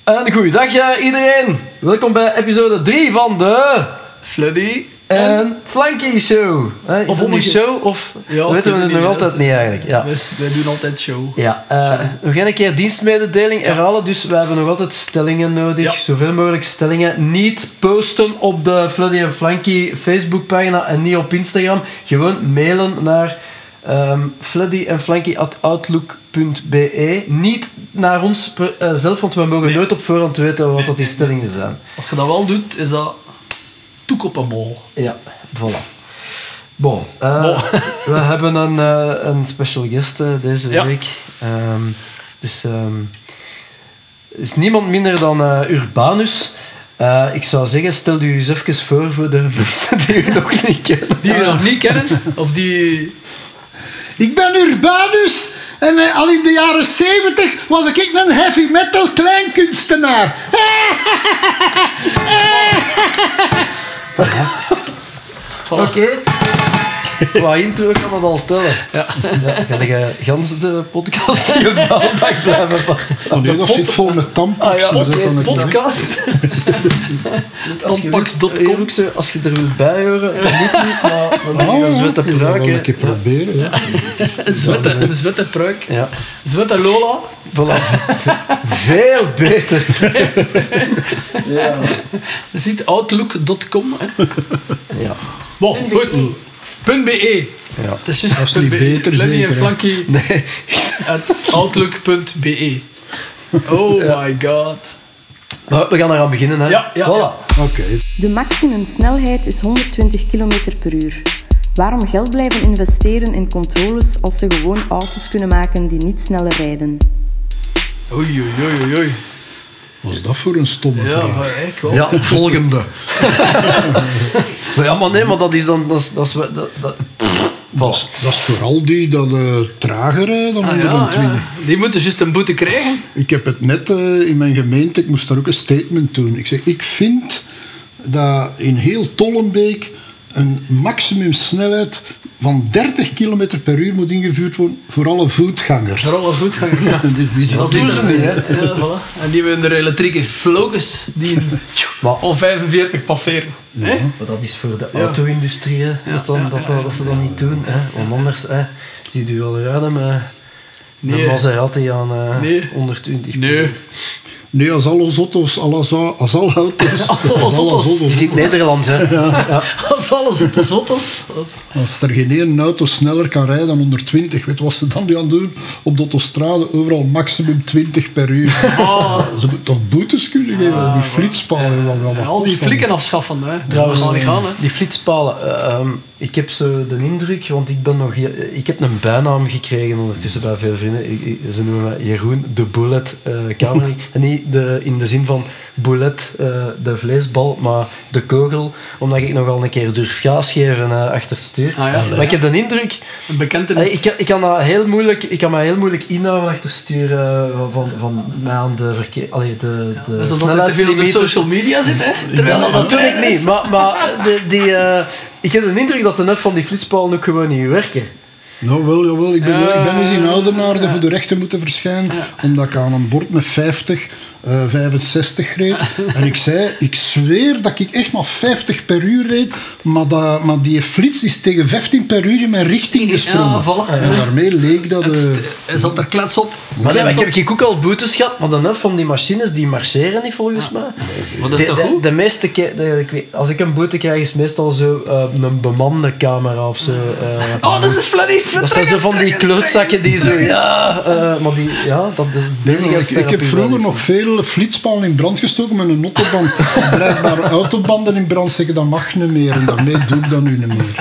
Een goeiedag iedereen. Welkom bij episode 3 van de Fleddy en Flanky Show. Is dat nu show of ja, weten we het nog altijd niet eigenlijk? Ja. Wij doen altijd show. Ja, we gaan een keer dienstmededeling herhalen, dus we hebben nog altijd stellingen nodig. Ja. Zoveel mogelijk stellingen. Niet posten op de Fleddy en Flanky Facebookpagina en niet op Instagram. Gewoon mailen naar fleddyandflanky@outlook.be. Niet naar ons zelf, want we mogen nooit op voorhand weten wat dat die stellingen zijn. Als je dat wel doet, is dat toek op een mol. Ja, voilà. Bon, we hebben een special guest deze week. Dus is niemand minder dan Urbanus. Ik zou zeggen, stel u eens even voor de mensen die u nog niet kennen. Die u nog niet kennen? Of die... Ik ben Urbanus en al in de jaren 70 was ik een heavy metal kleinkunstenaar. Oké. Qua intro kan dat al tellen. Ja. Ga je gans de podcast in je vuilbak blijven vast? Oh nee, dat zit vol met tampax. Podcast. Tampax.com. Als je er wilt bij horen, dat moet niet, maar dan een zwette Ik pruik. wil een keer proberen. Ja. Een zwette pruik. Ja. Zwette Lola. Voilà. Veel beter. Ja. Je ziet outlook.com. Ja. Bon, goed. .be. Ja. Het is juist Dat is niet .be. beter, Fleddy en zeker, hè? Flanky Nee. at outlook.be. Oh my god. Maar we gaan eraan beginnen, hè. Ja. Voilà. Oké. De maximumsnelheid is 120 km per uur. Waarom geld blijven investeren in controles als ze gewoon auto's kunnen maken die niet sneller rijden? Oei. Wat is dat voor een stomme Ja, vraag? maar ik wel. Ja, volgende. Ja, maar nee, maar dat is dan... Dat is voilà. Dat is vooral die dat trager rijden dan 120. Ja. Die moeten juist een boete krijgen. Ik heb het net in mijn gemeente, ik moest daar ook een statement doen. Ik zeg, ik vind dat in heel Tollenbeek een maximumsnelheid van 30 km per uur moet ingevuurd worden voor alle voetgangers. Voor alle voetgangers. Ja. Dat doen ze niet, hè. Ja, voilà. En die hebben de elektrieke flokus die Maar, al 45 passeren. Hè? maar dat is voor de auto-industrie, hè, dat ze dat niet doen. Hè. Want anders ziet u wel rijden met een Maserati aan 120. Nee. Nee, als alle auto's, als alle auto's. Het is in het Nederlands, hè. Ja. Als alles op de zotto. Als er geen één auto sneller kan rijden dan 120, weet je wat ze dan nu aan doen? Op de autostrade overal maximum 20 per uur. Ze moeten toch boetes kunnen geven, die flitspalen. Al die flikken afschaffen. Hè. Trouwens, dat zal niet gaan. Hè. die flitspalen. Ik heb zo de indruk, want ik heb een bijnaam gekregen ondertussen bij veel vrienden. Ze noemen me Jeroen de Bullet Kamerling. En niet in de zin van bullet, de vleesbal, maar de kogel. Omdat ik nogal een keer durf gaas geven achter het stuur. Maar ik heb de indruk... Een bekentenis. Ik kan me heel moeilijk inhouden achter het stuur van mij aan de verkeer... de Dus als dat te veel op de social media zit, hè? Terwijl dat doe ik niet. Maar ik heb de indruk dat de net van die flitspalen ook gewoon niet werken. Nou, jawel. Ik ben eens in Oudenaarde voor de rechter moeten verschijnen, omdat ik aan een bord met 50, 65 reed. En ik zei, ik zweer dat ik echt maar 50 per uur reed, maar die flits is tegen 15 per uur in mijn richting gesprongen. Ja, voilà. En daarmee leek dat... Hij zat er klets op. Maar nee, ik heb ook al boetes gehad, maar de net van die machines die marcheren niet volgens mij. Maar dat is toch goed? De meeste als ik een boete krijg, is meestal zo een bemande camera of zo. Oh, dat is Fleddy. Dat zijn zo van die klootzakken die zo, maar die, dat is bezig. Ik heb vroeger nog veel flitspalen in brand gestoken met een autoband. Blijkbaar autobanden in brand zeggen, dat mag niet meer. En daarmee doe ik dat nu niet meer.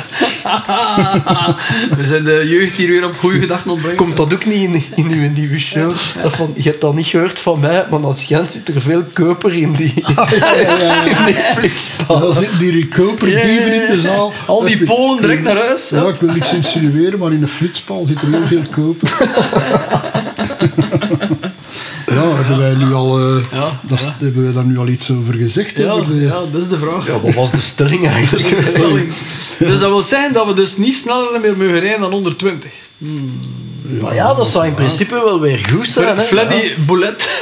We zijn de jeugd hier weer op goede gedachten ontbrengen. Komt dat ook niet in uw nieuwe show? Dat van, je hebt dat niet gehoord van mij, maar dat schijnt zit er veel koper in die, in die flitspalen. Dan zitten die koperdieven in de zaal. Al die Polen direct naar huis. Ja, ik wil niks insinueren, maar in een flitspaal zit er heel veel koper. Ja, hebben wij nu al... Hebben wij daar nu al iets over gezegd? Ja, dat is de vraag. Ja, wat was de stelling eigenlijk? Dat is de stelling. Dus dat wil zeggen dat we dus niet sneller meer mogen rijden dan 120. Maar ja, dat zou in principe wel weer goed zijn. Hè? Fleddy Bullet.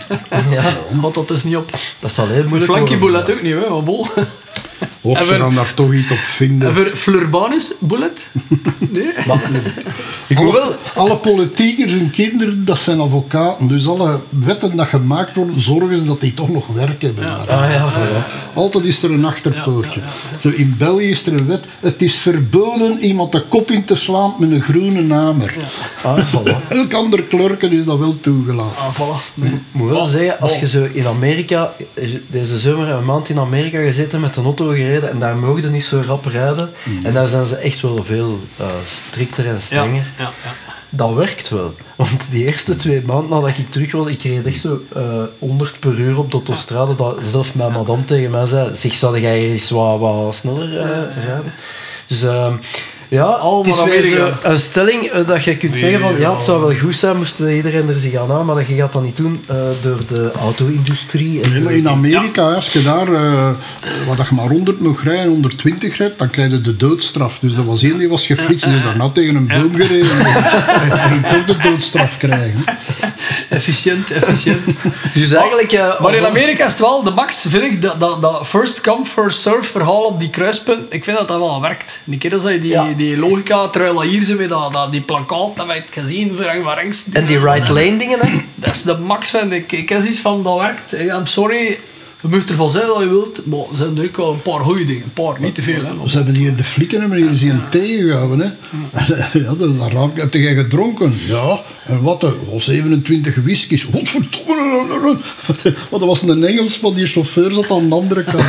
Ja, Had dat dus niet op. dat zal heel moeilijk Flanky worden. Bullet ook niet, hè, maar bon. Of En ze we- gaan daar toch iets op vinden. En voor Flurbanus Bullet? Nee? Ik moet wel... Alle politiekers en kinderen, dat zijn advocaten. Dus alle wetten dat gemaakt worden, zorgen ze dat die toch nog werk hebben. Daar. Ah ja, voilà. Altijd is er een achterpoortje. Zo, in België is er een wet. Het is verboden iemand de kop in te slaan met een groene hamer. Ah, voilà. Elk ander klerken is dat wel toegelaten. Ah, voilà. Nee. Ik moet wel zeggen, als je zo in Amerika... Deze zomer een maand in Amerika gezeten, met een auto gereden en daar mogen niet zo rap rijden. En daar zijn ze echt wel veel strikter en Ja, strenger. ja. Dat werkt wel. Want die eerste 2 maanden nadat ik terug was, ik reed echt zo 100 per uur op de autostrade, dat zelf mijn madame tegen mij zei, zeg, zou jij hier eens wat sneller rijden? Dus ja, Al het is maar weer zo Amerika. een stelling dat je kunt zeggen van, ja, het zou wel goed zijn, moest iedereen er zich aan houden, maar dat je gaat dat niet doen door de auto-industrie. En Nee, maar in Amerika, als je daar, wat je maar 100 mag rijden, 120 rijdt, dan krijg je de doodstraf. Dus er was één die was geflitst, die is daarna tegen een boom gereden. En ging toch de doodstraf krijgen. Efficiënt. Dus eigenlijk... Maar in Amerika is het wel, de max, vind ik, dat first come, first serve verhaal op die kruispunt, ik vind dat dat wel werkt. Die keer dat je die logica, terwijl dat hier zo met die plakkaat, dat wij het gezien, van rechts. En die right lane dingen, hè? Dat is de max, vind ik. Ik heb zoiets van, dat werkt. I'm sorry, je mag ervan zeggen wat je wilt, maar er zijn er ook wel een paar goede dingen. Een paar, niet te veel. Hè. Ze hebben hier de flikken hebben hier eens een tegengehouden. Hè. Ja, heb jij gedronken? Ja. En wat? 27 whiskies. Wat verdomme. Want dat was een Engelsman, die chauffeur zat aan de andere kant.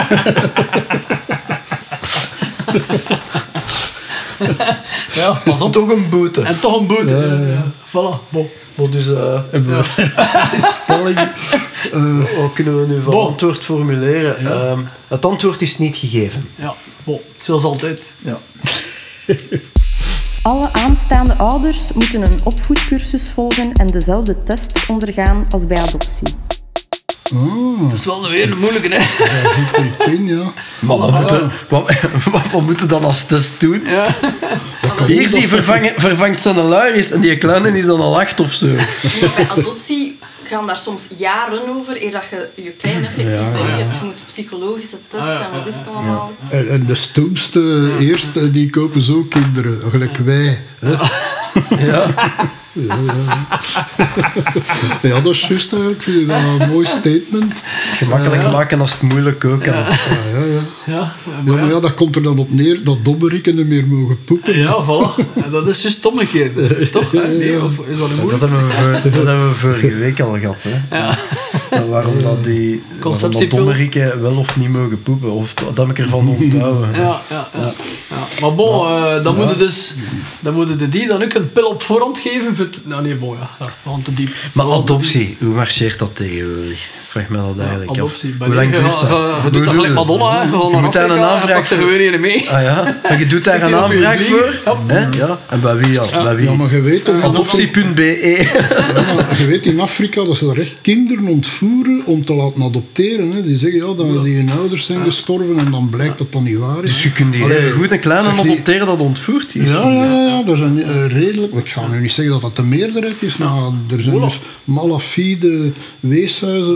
Ja, pas op. Toch een boete. En toch een boete. Ja. Voilà, bon. Maar dus... En die stelling. Hoe kunnen we nu van Bon. antwoord formuleren? Het antwoord is niet gegeven. Ja, bon. Zoals altijd. Ja. Alle aanstaande ouders moeten een opvoedcursus volgen en dezelfde tests ondergaan als bij adoptie. Dat is wel weer een moeilijke, hè. Daar zit iets in, ja. Maar wat moeten dan als test doen? Ja. Hier zie vervangt zijn luiers en die kleine is dan al 8 of zo. Bij adoptie gaan daar soms jaren over eer dat je je klein effectief bij hebt. Je moet psychologische testen en wat is het allemaal. En de stoomste eerste, die kopen zo kinderen, gelijk wij. Hè. Ja. Ja, dat is juist. Hè. Ik vind dat een mooi statement. Gemakkelijk maken als het moeilijk koken. Ja. Ja, Ja, maar ja, dat komt er dan op neer dat dobberikken niet meer mogen poepen. ja, voilà. En dat is juist omgekeerd. Toch? Hè? Nee, of is dat niet Dat moeilijk? hebben we vorige week al gehad. Hè. Ja. En waarom dat Conceptiepil. dommerikken wel of niet mogen poepen. Of dat heb ik ervan onthouden. Ja. Maar bon, dan moeten die dan ook een pil op voorhand geven. Voor het, nou nee, bon, ja. Gewoon te diep. Maar adoptie, hoe marcheert dat tegenwoordig? Vraag mij dat eigenlijk af. Adoptie. Hoe lang duurt dat? Je doet dat gelijk Madonna, hè. Je gaat Je naar moet daar een Afrika, aanvraag pakt er voor. weer een mee. Ah ja? Maar je doet daar Zit een die op je aanvraag voor? vlieg? Hè? Ja. En bij wie al? Bij wie? Ja, maar je weet toch, Adoptie.be. ja, maar je weet in Afrika dat ze daar echt kinderen ontvoeren om te laten adopteren. Hè. Die zeggen ja, dat die hun ouders zijn gestorven en dan blijkt dat dat niet waar is. Dus je kunt die Allee, goed een kleine zeg niet- adopteren dat ontvoerd is. Ja, er zijn redelijk... Ik ga nu niet zeggen dat dat de meerderheid is, maar er zijn dus malafide weeshuizen.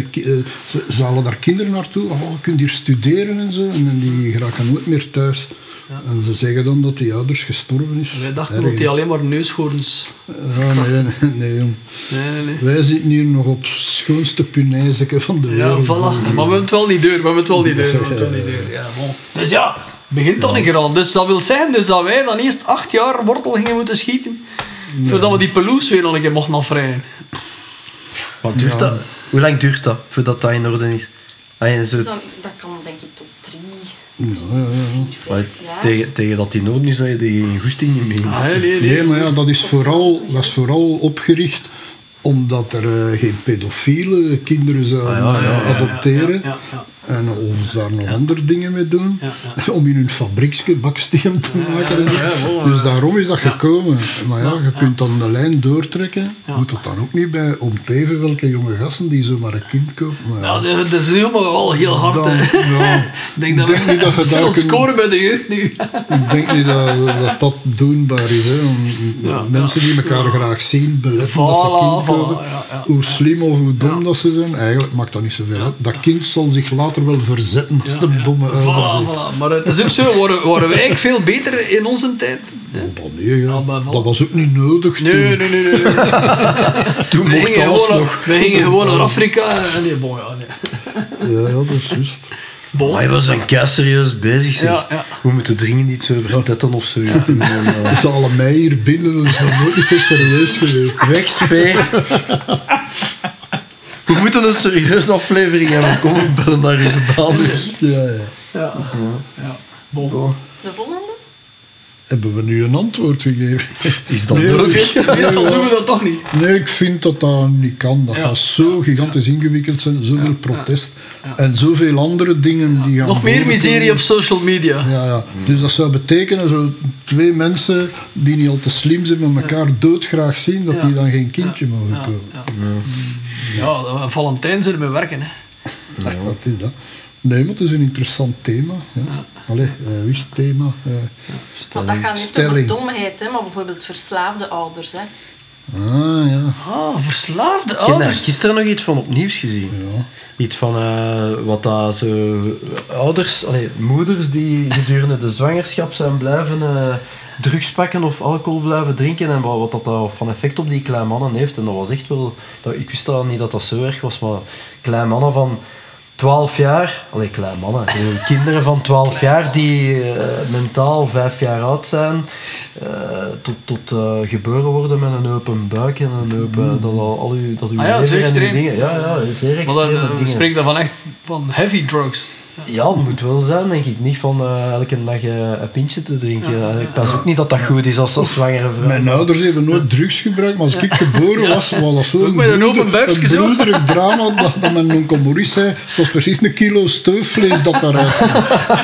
Ze halen daar kinderen naartoe. Oh, je kunt hier studeren en zo. En die geraken nooit meer thuis. En ze zeggen dan dat die ouders gestorven is. Wij dachten Erg, dat hè. die alleen maar neushoorns... Ja, nee, jong. Nee. Wij zitten hier nog op het schoonste punaiseke van de Ja, wereld. voilà. Maar we hebben het wel niet deur. Ja, bon. Dus ja, begint toch een keer aan. Dus dat wil zeggen dus dat wij dan eerst 8 jaar wortel gingen moeten schieten. Voordat we die pelouse weer nog een keer mochten afvrijen. Wat duurt dat? Hoe lang duurt dat voordat dat in orde is? Ah, ja, zo, Dus dat kan denk ik tot 3, maar 5 jaar. tegen dat in orde is, dat je geen goesting niet meer. Nee. Nee, maar ja, dat is vooral opgericht omdat er geen pedofiele kinderen zouden adopteren. Ja. En of daar nog andere dingen mee doen. Om in hun fabrieksje baksteen te maken. Dus daarom is dat gekomen. Maar ja, je kunt dan de lijn doortrekken. Moet dat dan ook niet bij om teven welke jonge gasten die zomaar een kind kopen. Maar Ja, dat is helemaal wel heel hard. Dan, hè. ja, Ik denk dat ik denk niet dat je we daar zullen kunt- scoren bij de jeugd nu. ik denk niet dat doenbaar is. Hè. Om mensen die elkaar graag zien, beletten dat ze Voilà, kind kopen. ja. hoe slim of hoe dom dat ze zijn. Eigenlijk maakt dat niet zoveel uit. Dat kind zal zich later wel verzetten als de domme ouder zegt. Voilà. Maar het is ook zo, waren wij eigenlijk veel beter in onze tijd? Nee, ja. maar voilà. Dat was ook niet nodig Nee. Toen We mocht gingen alles gewoon, nog. we gingen gewoon naar Afrika. Nee, bon, ja, nee. Ja, dat is juist. Bon. Maar we zijn kei serieus bezig, zeg. Ja. We moeten dringend iets over tetten of zo. Ze halen mij hier binnen, dat is nog nooit zo serieus geweest. Weg, sfeer. We moeten een serieuze aflevering hebben. Kom, ik ben naar Urbanus. Ja. Bon. De volgende? Hebben we nu een antwoord gegeven? Is dat Nee, nodig? Meestal doen we dat toch niet. Nee, ik vind dat dat niet kan. Dat gaat zo gigantisch ingewikkeld zijn, zoveel protest en zoveel andere dingen die gaan Nog meer voorkomen. miserie op social media. Ja. Dus dat zou betekenen, zo twee mensen die niet al te slim zijn met elkaar doodgraag zien, dat die dan geen kindje mogen komen. Ja, Valentijn zullen we werken, hè. Ja, wat is dat? Nee, maar het is een interessant thema. Ja. Allee, wie is het thema? Want dat gaat niet Stelling. over domheid, hè, maar bijvoorbeeld verslaafde ouders. Hè. Ja. Verslaafde Ik heb daar ouders. gisteren nog iets van opnieuws gezien. Ja. Iets van wat dat zo ouders, moeders die gedurende de zwangerschap zijn blijven drugs pakken of alcohol blijven drinken en wat dat van effect op die kleine mannen heeft. En dat was echt wel, ik wist al niet dat dat zo erg was, maar kleine mannen van 12 jaar, kleine mannen, kinderen van 12 jaar die mentaal 5 jaar oud zijn, tot geboren worden met een open buik en een open, dat uw zeer lever en extreem. dingen. Ja, zeer Maar extreme dan dingen. spreekt dat van echt van heavy drugs. Ja, het moet wel zijn, denk ik. Niet van elke dag een pintje te drinken. Ik pas ook niet dat dat goed is als zwangere vrouw. Mijn ouders hebben nooit drugs gebruikt, maar als ik geboren was dat zo Ook met een open buikje zo. broederig drama dat mijn onkel Maurice zei. Het was precies een kilo stoofvlees dat daaruit kwam.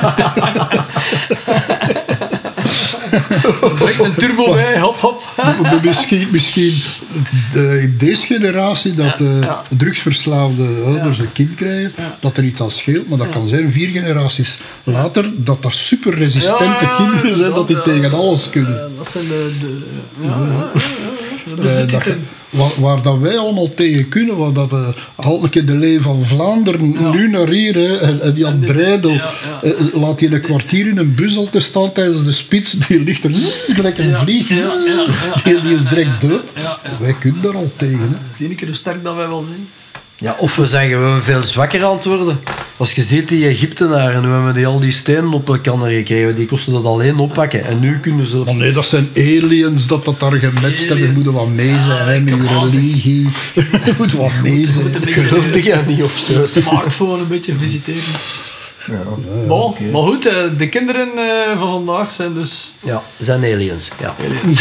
Direct een turbo bij, hop. Misschien in deze generatie dat drugsverslaafde ouders een kind krijgen, dat er iets aan scheelt, maar dat kan zijn 4 generaties later dat superresistente kinderen zijn, dat die tegen alles kunnen. Dat zijn daar zit Dat het in. waar dat wij allemaal tegen kunnen, waar dat al een keer de Lee van Vlaanderen nu naar hier, hè, en Jan Breidel, laat hij een kwartier in een bus al te staan tijdens de spits, die ligt er gelijk een vlieg, die is direct dood. Wij kunnen daar al tegen. Hè. Zie ik hoe sterk dat wij wel zijn? Ja, of we zijn gewoon veel zwakker aan het worden. Als je ziet die Egyptenaren, hoe hebben die al die stenen op elkaar gekregen, die kosten dat alleen oppakken. En nu kunnen ze... Maar nee, dat zijn aliens dat daar gematcht hebben. Je moet er wat mee zijn, hè, met je religie. Je moet wat mee zijn. Geloofde jij niet of zo? De smartphone een beetje visiteren. Bon, maar goed, de kinderen van vandaag zijn dus... Ja, zijn aliens. Ja.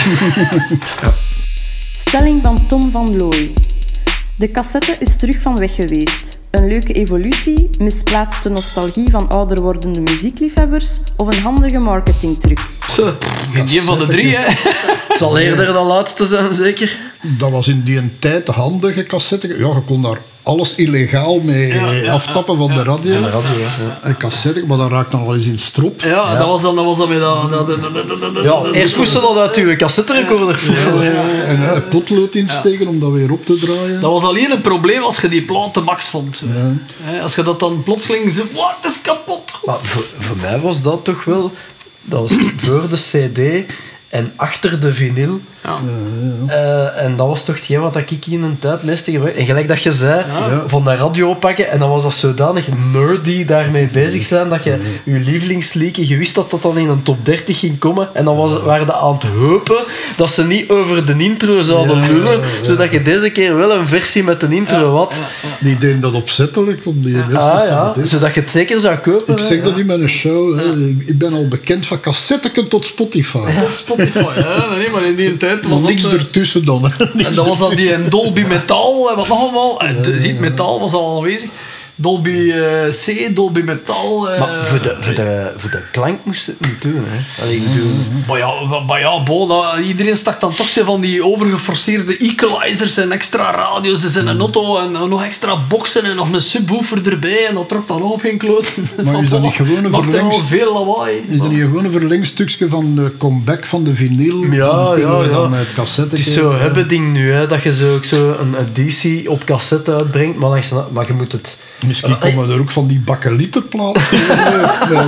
Stelling van Tom van Looy. De cassette is terug van weg geweest. Een leuke evolutie, misplaatste nostalgie van ouder wordende muziekliefhebbers of een handige marketingtruc? Geen van de 3, hè. Het zal eerder dan laatste zijn, zeker? Dat was in die tijd de handige cassette. Ja, je kon daar alles illegaal mee aftappen van de radio. De radio, ja. Een cassette, maar dat raakt dan wel eens in strop. Ja, dat was dan met dat... Ja, eerst moesten we dat uit uw cassetterecorder voeren. En een potlood insteken om dat weer op te draaien. Dat was alleen een probleem als je die plaat te max vond. Zo. Als je dat dan plotseling zegt, wat, het is kapot. Maar voor mij was dat toch wel... Dat was voor de cd en achter de vinyl. En dat was toch hetgeen wat ik in een tijd meeste gebruikte. En gelijk dat je zei, van de radio oppakken, en dan was dat zodanig nerdy daarmee bezig zijn, dat je je lievelingsliedje, je wist dat dat dan in een top 30 ging komen, en dan waren ze aan het hopen dat ze niet over de intro zouden lullen, zodat je deze keer wel een versie met een intro had. Die deden dat opzettelijk om die mensen zodat je het zeker zou kopen. Ik zeg dat in mijn show. Hè. Ik ben al bekend van cassetteken tot Spotify. Spotify, hè? Nee, maar in die tijd was Maar niks dat... ertussen dan. Hè. En dat was dan die Dolby Metal en wat nog allemaal. En ziet, metaal was al aanwezig. Dolby C, Dolby Metal. Maar voor de klank moest het niet doen, hè? Allee, ik bedoel... Maar ja, iedereen stak dan toch zo van die overgeforceerde equalizers en extra radio's en een auto en nog extra boxen en nog een subwoofer erbij en dat trok dan ook geen kloot. Maar is dat niet gewoon een veel lawaai. Is dat niet gewoon een verlengstukje van de comeback van de vinyl? Ja. Het cassette. Het is zo hebben ding nu, hè, dat je zo ook zo een editie op cassette uitbrengt, maar je moet het... Misschien komen er ook van die bakkelietenplaten met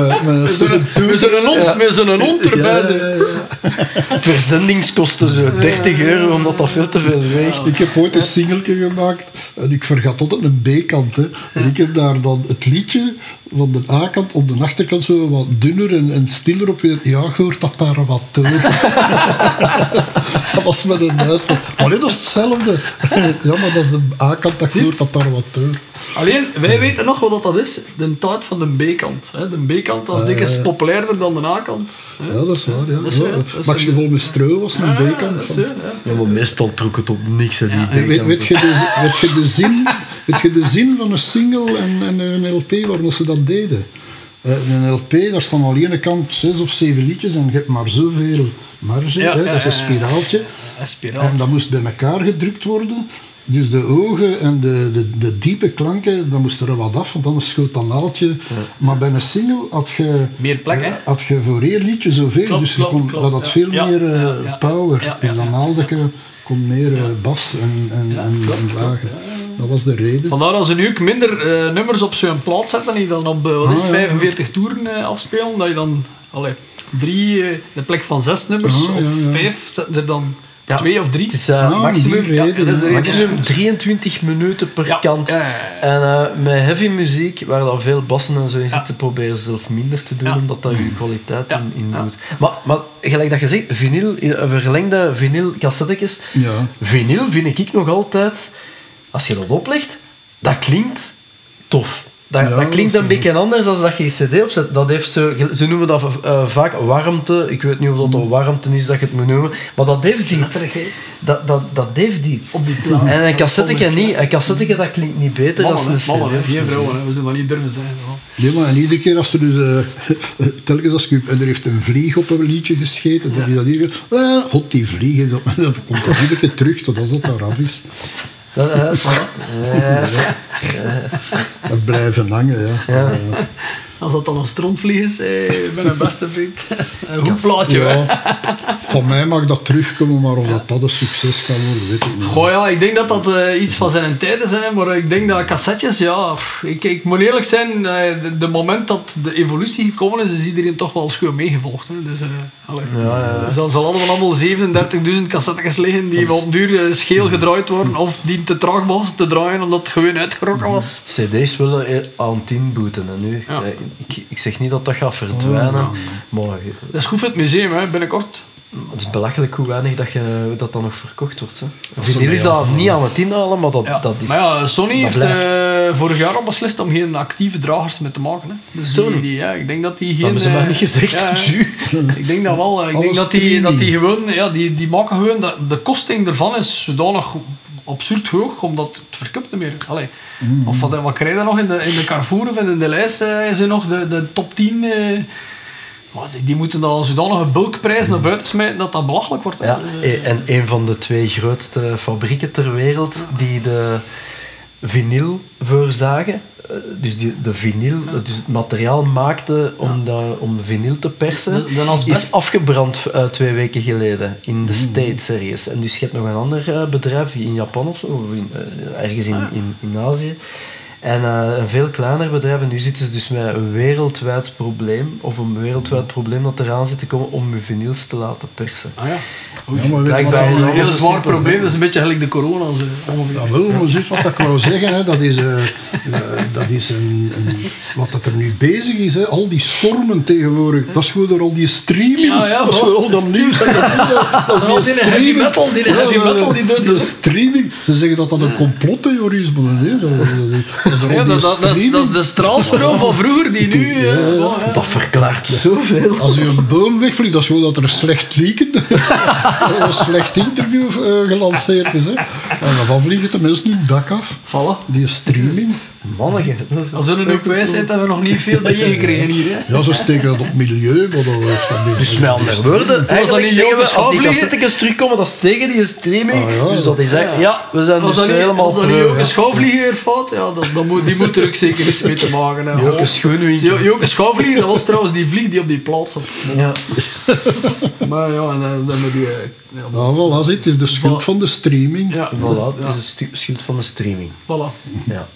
zo'n hond erbij. Verzendingskosten zo €30 omdat dat veel te veel weegt. Ik heb ooit een singeltje gemaakt en ik vergat altijd een B-kant. En ik heb daar dan het liedje van de A-kant op de achterkant zo wat dunner en stiller op. Ja, je hoort dat daar wat door. Dat was met een uitleg. Maar nee, dat is hetzelfde. Ja, maar dat is de A-kant, dat hoort dat daar wat door. Alleen, wij weten nog wat dat is. De taart van de B-kant. De B-kant was dikwijls populairder dan de A-kant. Ja, dat is waar. Ja. Maxi Vol met Streu was een B-kant. Ja, maar meestal trok het op niks. Weet je de zin van een single en een LP waarom ze dat deden? Een LP, daar staan aan de ene kant 6 of 7 liedjes en je hebt maar zoveel marge. Dat is een spiraaltje. En dat moest bij elkaar gedrukt worden. Dus de ogen en de diepe klanken, dan moest er wat af, want anders schoot dat naaltje. Ja. Maar bij een single had je... Meer plek, hè? Had je voor één liedje zoveel, klopt, dus dat had veel meer power. Dus dan haalde je kon meer bas en lager. Dat was de reden. Vandaar dat ze nu ook minder nummers op zo'n plaat zetten die dan op 45 toeren afspelen, dat je dan 3, de plek van 6 nummers of 5 zetten er dan... 2 of 3. Het is maximum 23 minuten per kant. En met heavy muziek, waar dan veel bassen en zo in zitten, proberen ze zelf minder te doen, omdat dat je kwaliteit in doet. Maar gelijk dat je zegt, vinyl, verlengde vinyl cassettekjes. Ja. Vinyl vind ik nog altijd, als je dat oplegt, dat klinkt tof. Dat klinkt een beetje anders dan dat je een cd opzet. Dat heeft ze noemen dat vaak warmte. Ik weet niet of dat warmte is dat je het moet noemen. Maar dat heeft iets. Dat heeft iets. En een cassetteke niet. Een cassetteke dat klinkt niet beter dan een cd. Mannen, geen vrouwen. We zullen dat niet durven zijn. Nee, maar en iedere keer als er dus... telkens als je... En er heeft een vlieg op een liedje gescheten. Dat die dat hier... God, die vlieg. Dat komt dan iedere keer terug totdat dat daar af is. Dat blijven hangen, ja. Als dat dan een strontvlieg is, ben een beste vriend. Een goed plaatje, Van mij mag dat terugkomen, maar of dat een succes kan worden, weet ik niet. Goh ja, ik denk dat dat iets van zijn tijden zijn, maar ik denk dat cassettes, ik moet eerlijk zijn, de moment dat de evolutie gekomen is iedereen toch wel schoon meegevolgd. Hè. Dus, ze hadden we allemaal 37.000 cassettes liggen die op duur scheel gedraaid worden, of die te traag was te draaien omdat het gewoon uitgerokken was. CD's willen aan 10 boeten en nu... Ja. Ik zeg niet dat dat gaat verdwijnen, maar... Dat is goed voor het museum, hè, binnenkort. Het is belachelijk hoe weinig dat dan nog verkocht wordt. Vinyl is dat niet aan het inhalen, maar dat is... Maar Sony heeft vorig jaar al beslist om geen actieve dragers mee te maken. Hè. Dus Sony? Ik denk dat die geen... Dat hebben ze maar niet gezegd. Ik denk dat wel. Ik denk dat die gewoon... Ja, die maken gewoon... De kosting ervan is zodanig absurd hoog, omdat het verkoopt niet meer. Allee. Of wat krijg je nog in de Carrefour of in de lijst? Zijn nog de top 10... die moeten dan zodanig bulkprijs naar buiten smijten dat dat belachelijk wordt. Ja, en een van de 2 grootste fabrieken ter wereld die de vinyl voorzagen, dus de vinyl, dus het materiaal maakte om de vinyl te persen, is afgebrand 2 weken geleden in de States ergens. En dus je hebt nog een ander bedrijf in Japan of zo, of ergens in Azië. En een veel kleiner bedrijf. En nu zitten ze dus met een wereldwijd probleem, of een wereldwijd probleem dat eraan zit te komen om je vinyls te laten persen. Dat is een heel zwaar probleem, dat is een beetje gelijk de corona. Ja, wel, maar zus, wat ik wou zeggen, hè, dat is wat dat er nu bezig is, hè, al die stormen tegenwoordig, dat is gewoon door al die streaming, dat is gewoon al dat nieuws. Dat is die heavy metal, die streaming, ze zeggen dat een complottheorie is, maar nee, dat is de straalstroom van vroeger die nu... Dat verklaart zoveel. Als u een boom wegvliegt, dat is gewoon dat er een slecht leaken, een slecht interview gelanceerd is. Hè. En dan vliegen de mensen nu het dak af. Voilà. Die streaming. Manneke. Als er een hoop wijsheid hebben we nog niet veel bijgekregen hier. Hè? Ja, ze steken dat op milieu, maar dat heeft dat niet. Dus met andere woorden, eigenlijk niet zeggen we, Joke als die Schouwvliegen? cassettekens terugkomen, dat is tegen die streaming. Ah, ja, dus dat is echt, ja, we zijn Als dus dat helemaal niet terug, ook een hè. schouwvlieger weer fout, ja, die moet er ook zeker iets mee te maken hebben. Joke Schoenwinkel. Joke Schouwvlieger, dat was trouwens die vlieg die op die plaats zat. Ja. Maar ja, en dan met die... Ja, Nou, voilà, het is de schuld van de streaming. ja, Voilà, ja, het is een schuld van de streaming. voilà. Ja.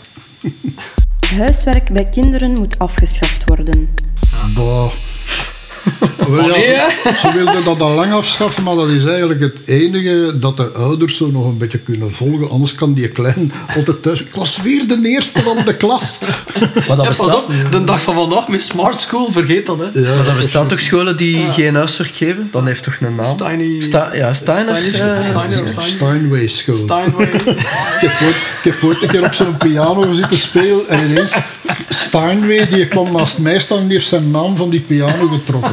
Huiswerk bij kinderen moet afgeschaft worden. Bah. Wel, Maar nee, ja, hè? ze wilden dat al lang afschaffen, maar dat is eigenlijk het enige dat de ouders zo nog een beetje kunnen volgen. Anders kan die klein altijd thuis... Ik was weer de eerste van de klas. Maar dat Ja, pas bestaat, op, de dag van vandaag met Smart School, vergeet dat, hè. Ja, maar dat bestaan toch scholen die geen huiswerk geven? Dan heeft toch een naam? Steiny... Ja, Steiner. Steiner. Steinway School. Steinway. Ik heb ooit een keer op zo'n piano zitten spelen en ineens Steinway, die kwam naast mij staan en die heeft zijn naam van die piano getrokken.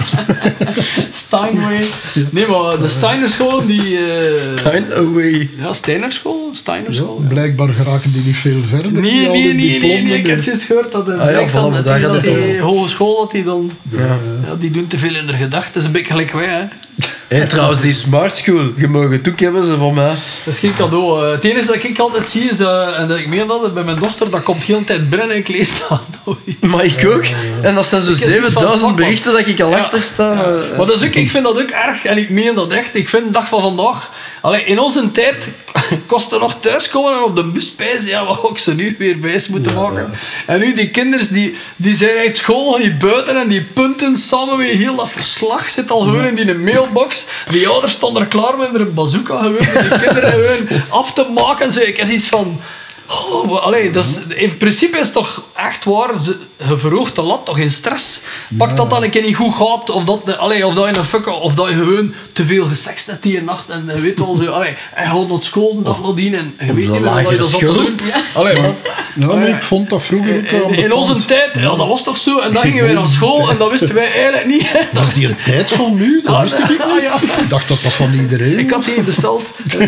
Steinway. Nee, maar de Steiner-scholen die... Steinaway. Ja, Steiner-school? Steiner-school? Blijkbaar geraken die niet veel verder. Nee, die al nee, die nee, diploma ik heb doen. juist gehoord dat de Ah ja, blijkt dan voilà, dat daar die, gaat dat het die hogeschool, dat die dan... Ja. Ja, die doen te veel in de gedachten. Dat is een beetje gelijk wij, hè. Hey, trouwens, die Smart School, je mag het ook hebben, ze van mij. Dat is geen cadeau. Het enige dat ik altijd zie is, en dat ik meen dat bij mijn dochter, dat komt heel de tijd binnen en ik lees dat nooit. Maar ik ook. En dat zijn zo Ik heb iets van 7000 vakman. berichten dat ik al achter sta. Maar dat is ook, ik vind dat ook erg en ik meen dat echt. Ik vind de dag van vandaag... Allee, in onze tijd kostte nog thuiskomen en op de bus spijzen. Ja, wat ook ze nu weer wijs moeten maken. En nu die kinders, die zijn uit school, die buiten en die punten samen weer heel dat verslag zit al gewoon in die mailbox. Die ouders stonden er klaar met een bazooka gewoon, om die kinderen gewoon af te maken. Zo, ik heb iets van... Oh, allee, dat is, in principe is het toch echt waar, je verhoogt de lat toch in stress. Pak dat dan een keer niet goed gaat, of dat, allee, of dat je een fuck, of dat je gewoon te veel gesext hebt die nacht en je weet wel zo, allee, en je gaat naar school de dag nadien en je weet niet meer wat je dat zat te doen. Allee, man. Ja, maar ik vond dat vroeger ook wel In onze tijd, ja, dat was toch zo, en dan gingen wij naar school en dat wisten wij eigenlijk niet. Hè. Dat is die een tijd van nu, dat wist ik niet. Ah, ja. Ik dacht dat dat van iedereen Ik was. had die besteld.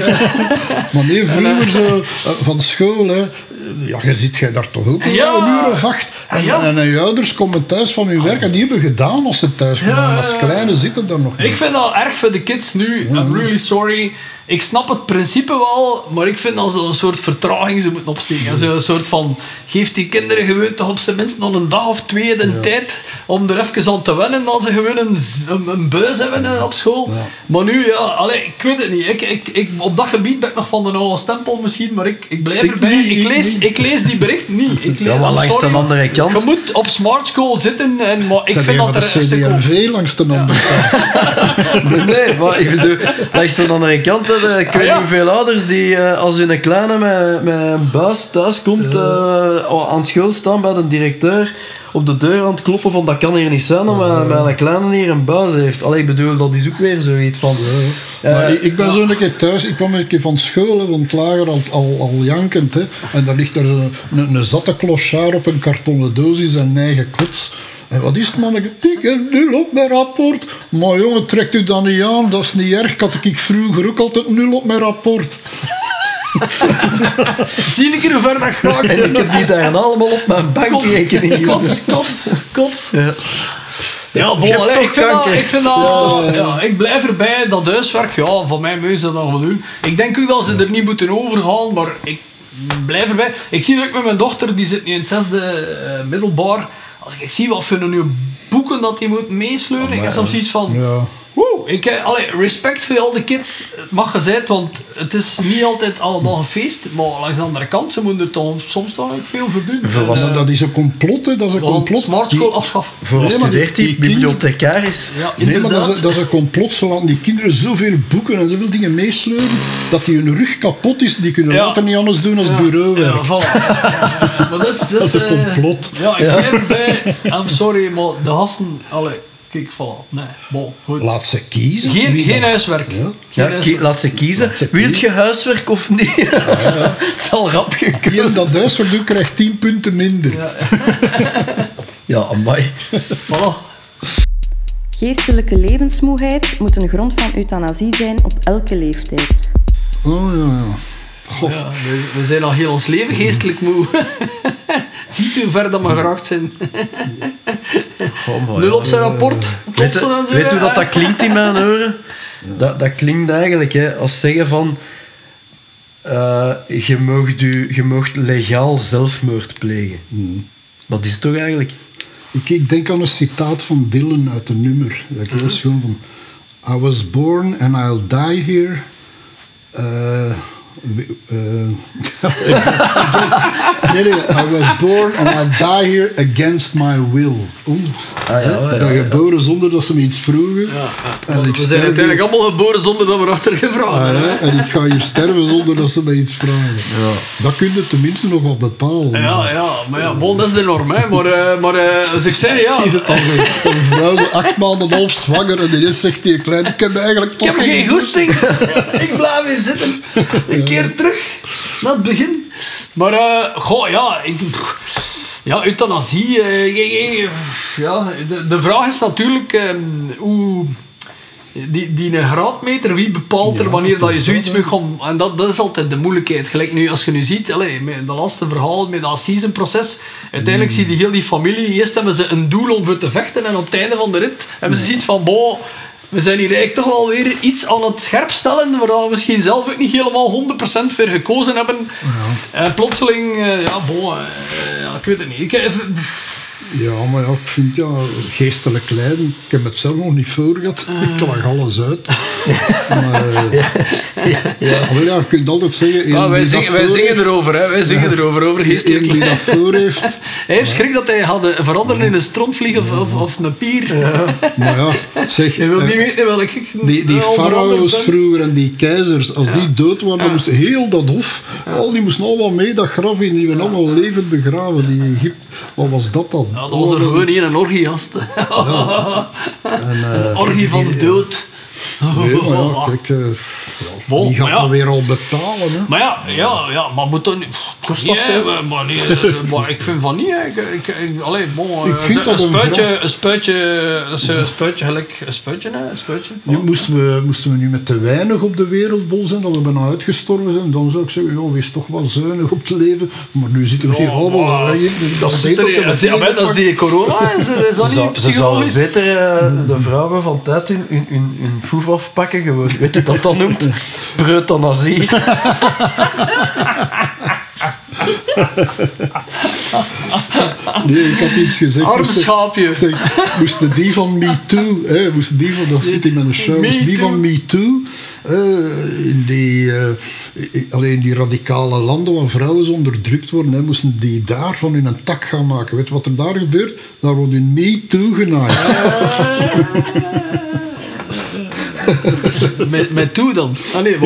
Maar nee, vroeger zo, van school, hè, ja, je zit jij daar toch ook Ja. een uur of 8. En, Ja. en je ouders komen thuis van hun werk en die hebben gedaan als ze thuis komen. En als kleine zitten daar nog Ik niet. vind dat erg voor de kids nu. I'm really sorry. Ik snap het principe wel, maar ik vind dat ze een soort vertraging ze moeten opsteken. En zo een soort van, geef die kinderen gewoon toch op zijn minst nog een dag of twee de tijd om er even aan te wennen dat ze gewoon een buis hebben op school. Maar nu, ja, allee, ik weet het niet. Ik, op dat gebied ben ik nog van de oude stempel misschien, maar ik blijf Ik erbij. niet, Ik lees die bericht niet. Ik lees, Ja, maar I'm langs sorry. de andere kant. Je moet op Smart School zitten, maar ik Zijn vind die dat van er een de stuk op... CD&V langs de andere kant. Nee, maar ik bedoel, langs de andere kant, hè, ik weet niet hoeveel ouders die als hun kleine met een buis thuis komt, aan school staan bij de directeur, op de deur aan het kloppen van dat kan hier niet zijn, dat mijn kleine hier een buis heeft. Allee, ik bedoel, dat is ook weer zoiets van... Maar ik ben zo een keer thuis, ik kwam een keer van school, hè, van het lager, al jankend. Hè, en daar ligt er een zatte clochard op een kartonnen doos in zijn eigen kots. En wat is het, manneke? Ik heb 0 op mijn rapport. Maar jongen, trekt u dat niet aan, dat is niet erg. Had ik vroeger ook altijd 0 op mijn rapport. Zie ik hoe ver dat gaat. En ik heb die daar allemaal op mijn bankrekening. Kots. Ja. Ja, bon, Je hebt allee, toch ik vind dat... kanker. Ja, ik blijf erbij, dat huiswerk, ja, van mij mogen ze dat nog wel doen. Ik denk ook dat ze er niet moeten overgaan, maar ik blijf erbij. Ik zie dat ik met mijn dochter, die zit nu in het 6e middelbaar, als ik zie wat voor een nieuwe boeken dat die moet meesleuren, ik heb soms iets van... Ja. Respect voor al de kids, het mag gezegd, want het is niet altijd allemaal een feest, maar langs de andere kant, ze moeten er toch soms toch ook veel voor doen. Maar dat is een complot, hè. Dat is een complot. Smart school afschaffen. Voor Nee, maar studeert hij die kinderen- bibliothecaris. Ja, Nee, maar inderdaad. dat is een complot. Ze laten die kinderen zoveel boeken en zoveel dingen meesleuren dat die hun rug kapot is. Die kunnen Ja. later niet anders doen als bureauwerk. Ja, voilà. Maar dat Dat is een complot. Ja, ik blijf erbij. I'm sorry, maar de hassen... Allee, kijk, voilà. Nee, bon, goed. Laat ze kiezen. Geen, Wie geen dat- huiswerk. Ja. Geen Ja, huiswerk. laat ze kiezen. Laat ze Wilt kiezen. je huiswerk of niet? Het zal rap Die gekund. dat huiswerk doet, krijgt 10 punten minder. Ja, amai. Voilà. Geestelijke levensmoeheid moet een grond van euthanasie zijn op elke leeftijd. Oh ja, ja. Ja, we zijn al heel ons leven geestelijk moe. Ziet u hoe ver dat we geraakt zijn? Goh, maar 0 op zijn rapport. Weet Klotsen en zo. je hoe dat klinkt in mijn oren? Dat klinkt eigenlijk hè, als zeggen van... je moogt legaal zelfmoord plegen. Dat is het toch eigenlijk? Ik denk aan een citaat van Dylan uit een nummer. Dat is gewoon van... I was born and I'll die here. Nee, I was born and I'll die here against my will. Dat geboren zonder dat ze me iets vroegen. En ik We zijn sterf uiteindelijk allemaal geboren zonder dat we erachter gevraagd hebben. en ik ga hier sterven zonder dat ze me iets vragen. Dat kun je tenminste nog wel bepalen. Maar ja, bon, dat is de norm, hè. Maar als ik zei, ja... Zie je het al, een vrouw zo 8 maanden half zwanger en ineens zegt die klein, ik heb eigenlijk Ik toch heb geen goesting. Ik blijf weer zitten. Een keer terug naar het begin. Maar, euthanasie. De vraag is natuurlijk hoe... Die een graadmeter, wie bepaalt er wanneer dat je zoiets moet gaan... En dat is altijd de moeilijkheid. Gelijk nu, als je nu ziet, met de laatste verhaal, met dat assisenproces, uiteindelijk zie je heel die familie, eerst hebben ze een doel om voor te vechten en op het einde van de rit hebben ze zoiets van, we zijn hier eigenlijk toch wel weer iets aan het scherpstellen, waar we misschien zelf ook niet helemaal 100% voor gekozen hebben. En plotseling, ik weet het niet. Ja, maar ja, ik vind geestelijk lijden. Ik heb het zelf nog niet voor gehad. Ik lag alles uit. Maar je kunt altijd zeggen... wij zingen erover, hè. Wij zingen erover, over geestelijk lijden. Die dat voor heeft. Hij heeft schrik dat hij had veranderen in een strontvlieg of een pier. Ja. Maar ja, zeg... Je wil niet weten welke... Die farao's vroeger en die keizers, als die dood waren, dan moest heel dat hof... die moesten allemaal mee dat graf in. Die werden allemaal levend begraven. Die Egypte... Wat was dat dan? Ja, dat was er gewoon niet een orgie, gast. Een orgie van de dood. Nee, maar kijk... die gaat dat weer al betalen, hè? Maar maar moet dat niet... Kost dat veel? Maar ik vind van niet, hè. Ik vind dat een spuitje gelijk... Een spuitje, hè. Een spuitje. Nu, moesten we nu met te weinig op de wereldbol zijn, dat we bijna uitgestorven zijn, dan zou ik zeggen, wees toch wel zuinig op te leven. Maar nu zitten we hier allemaal weg. Dat is die corona. Is dat niet ze zouden psychologisch? beter de vrouwen van tijd hun foef afpakken gewoon. Weet je wat dat noemt? Preuthanasie. Nee, ik had iets gezegd. Arm schaapje. Moesten die van Me Too, dat zit in mijn show, moesten die van Me Too, in die radicale landen waar vrouwen onderdrukt worden, moesten die daar van hun een tak gaan maken. Weet je wat er daar gebeurt? Daar wordt hun Me Too genaaid. Met toe dan? Ah nee,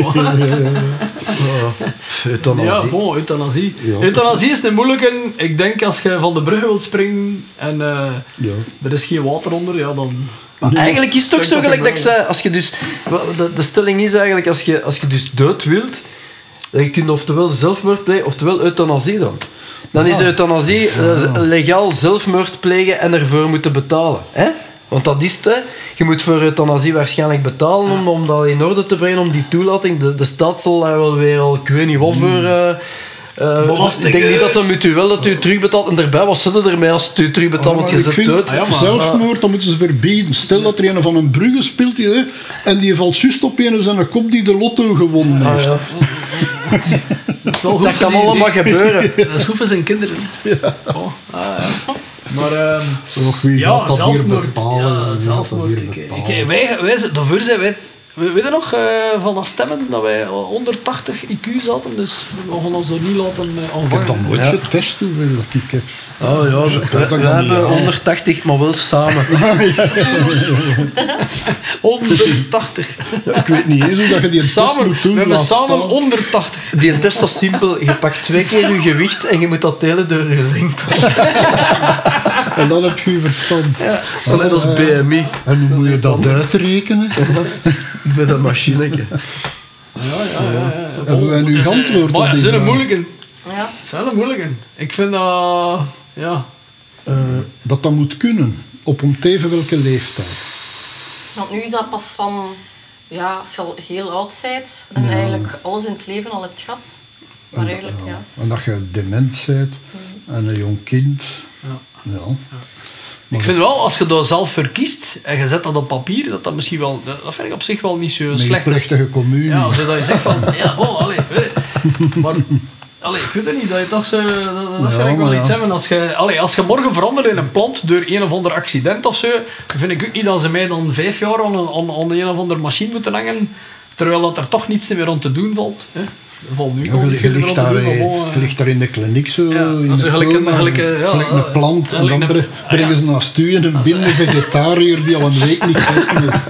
Euthanasie. Ja, euthanasie. Ja. Euthanasie is een moeilijke. Ik denk als je van de brug wilt springen en er is geen water onder, dan... Maar eigenlijk is het toch zo gelijk dat ik zei, als je dus... De stelling is eigenlijk, als je dus dood wilt, dan je kunt oftewel zelfmoord plegen, oftewel euthanasie dan. Dan is euthanasie legaal zelfmoord plegen en ervoor moeten betalen. Hè? Want dat is het, hè. Je moet voor euthanasie waarschijnlijk betalen om dat in orde te brengen, om die toelating. De staat zal daar wel weer al, ik weet niet wat voor... ik denk niet dat dat moet u wel dat u terugbetaalt. En daarbij, wat zit er ermee als het u terugbetaalt, want je zit dood. Zelfmoord, dat moeten ze verbieden. Stel dat er een van een brugge speelt en die valt juist op een zijn kop die de lotto gewonnen heeft. Dat kan allemaal gebeuren. Dat is goed voor zijn kinderen. Ja. Maar wie gaat dat hier zelfmoord. bepalen? Zelfmoord. Daarvoor zijn wij... Weet je nog van dat stemmen dat wij onder 80 IQ zaten, dus we gaan ons er niet laten Ik aanvangen. heb dan nooit getest hoeveel ik heb. Oh ja, we hebben 180, maar wel samen. 180. Ja, ik weet niet eens hoe dat je die test moet doen. We hebben laat samen staan. 180. Die test is simpel. Je pakt 2 keer je gewicht en je moet dat delen door je lengte. En dan heb je je verstand. Ja, dat is BMI. En hoe moet je dat uitrekenen? Met een machinetje. Ja. Hebben wij nu geantwoord op Maar die het is een vraag? moeilijke. Ja. Het is wel een moeilijke. Ik vind dat... Ja. Dat moet kunnen. Op om teven welke leeftijd. Want nu is dat pas van... Ja, als je al heel oud bent en eigenlijk alles in het leven al hebt gehad. Maar eigenlijk, ja. En dat je dement bent en een jong kind. Ja. Ik vind wel, als je daar zelf voor kiest en je zet dat op papier, dat misschien wel... Dat vind ik op zich wel niet zo Met slecht. een plechtige communie. Ja, zodat je zegt van... Ja, allee. Maar... Allee, ik weet het niet, dat je toch zo... Dat vind ik wel iets hebben. Als je morgen verandert in een plant door een of ander accident of zo, dan vind ik ook niet dat ze mij dan 5 jaar aan een of andere machine moeten hangen, terwijl dat er toch niets meer aan te doen valt. Hè? Er valt nu al niet veel meer aan te doen, maar je ligt daar in de kliniek zo, in dat is de gelijk een plant, en dan brengen ze naast u een blinde vegetariër die al een week niet gegeten heeft.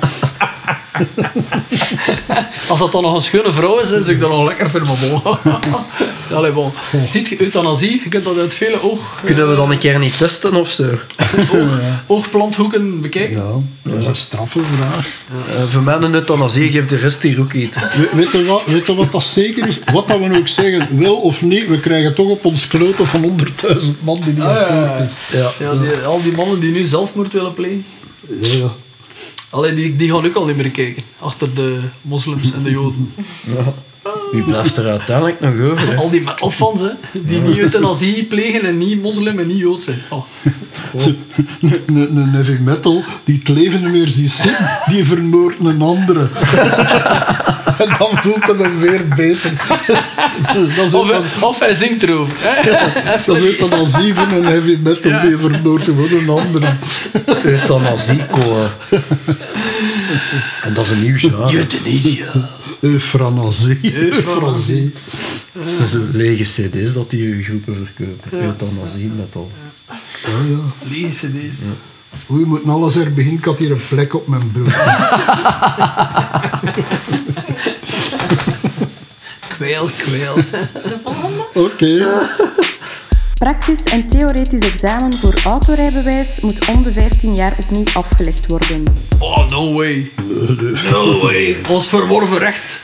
Als dat dan nog een schone vrouw is, dan zou ik dat nog lekker voor mijn bol. Allee, bon. Ziet je, euthanasie, je kunt dat uit vele Kunnen we dan een keer niet testen of zo? oogplanthoeken bekijken. Ja, dat is een straffe vraag. Voor mij een euthanasie geeft de rest die ook iets. Weet je wat dat zeker is? Wat dat we ook zeggen, wel of niet, we krijgen toch op ons kloten van 100.000 man die niet akkoord is. Ja, al die mannen die nu zelfmoord willen plegen. Ja. Allee, die gaan ook al niet meer kijken. Achter de moslims en de joden. Ja. Wie blijft er uiteindelijk nog over? Hè? Al die metalfans, hè, die niet euthanasie plegen en niet moslim en niet jood zijn. Oh. Een heavy metal die het leven niet meer ziet zitten, die vermoordt een andere. En dan voelt hij hem weer beter. Of hij zingt erover. Dat is euthanasie van een heavy metal, die vermoordt gewoon een andere. Euthanasiekoor. En dat is een nieuw genre. Euthanasie. Euthanasie. Dat zijn zo lege cd's dat die groepen verkopen. Euthanasie metal. Oh ja. Lege cd's. Oei, moet alles er beginnen. Ik had hier een plek op mijn broek. Kweel. Oké. Praktisch en theoretisch examen voor autorijbewijs moet om de 15 jaar opnieuw afgelegd worden. Oh, no way. No way. Ons verworven recht.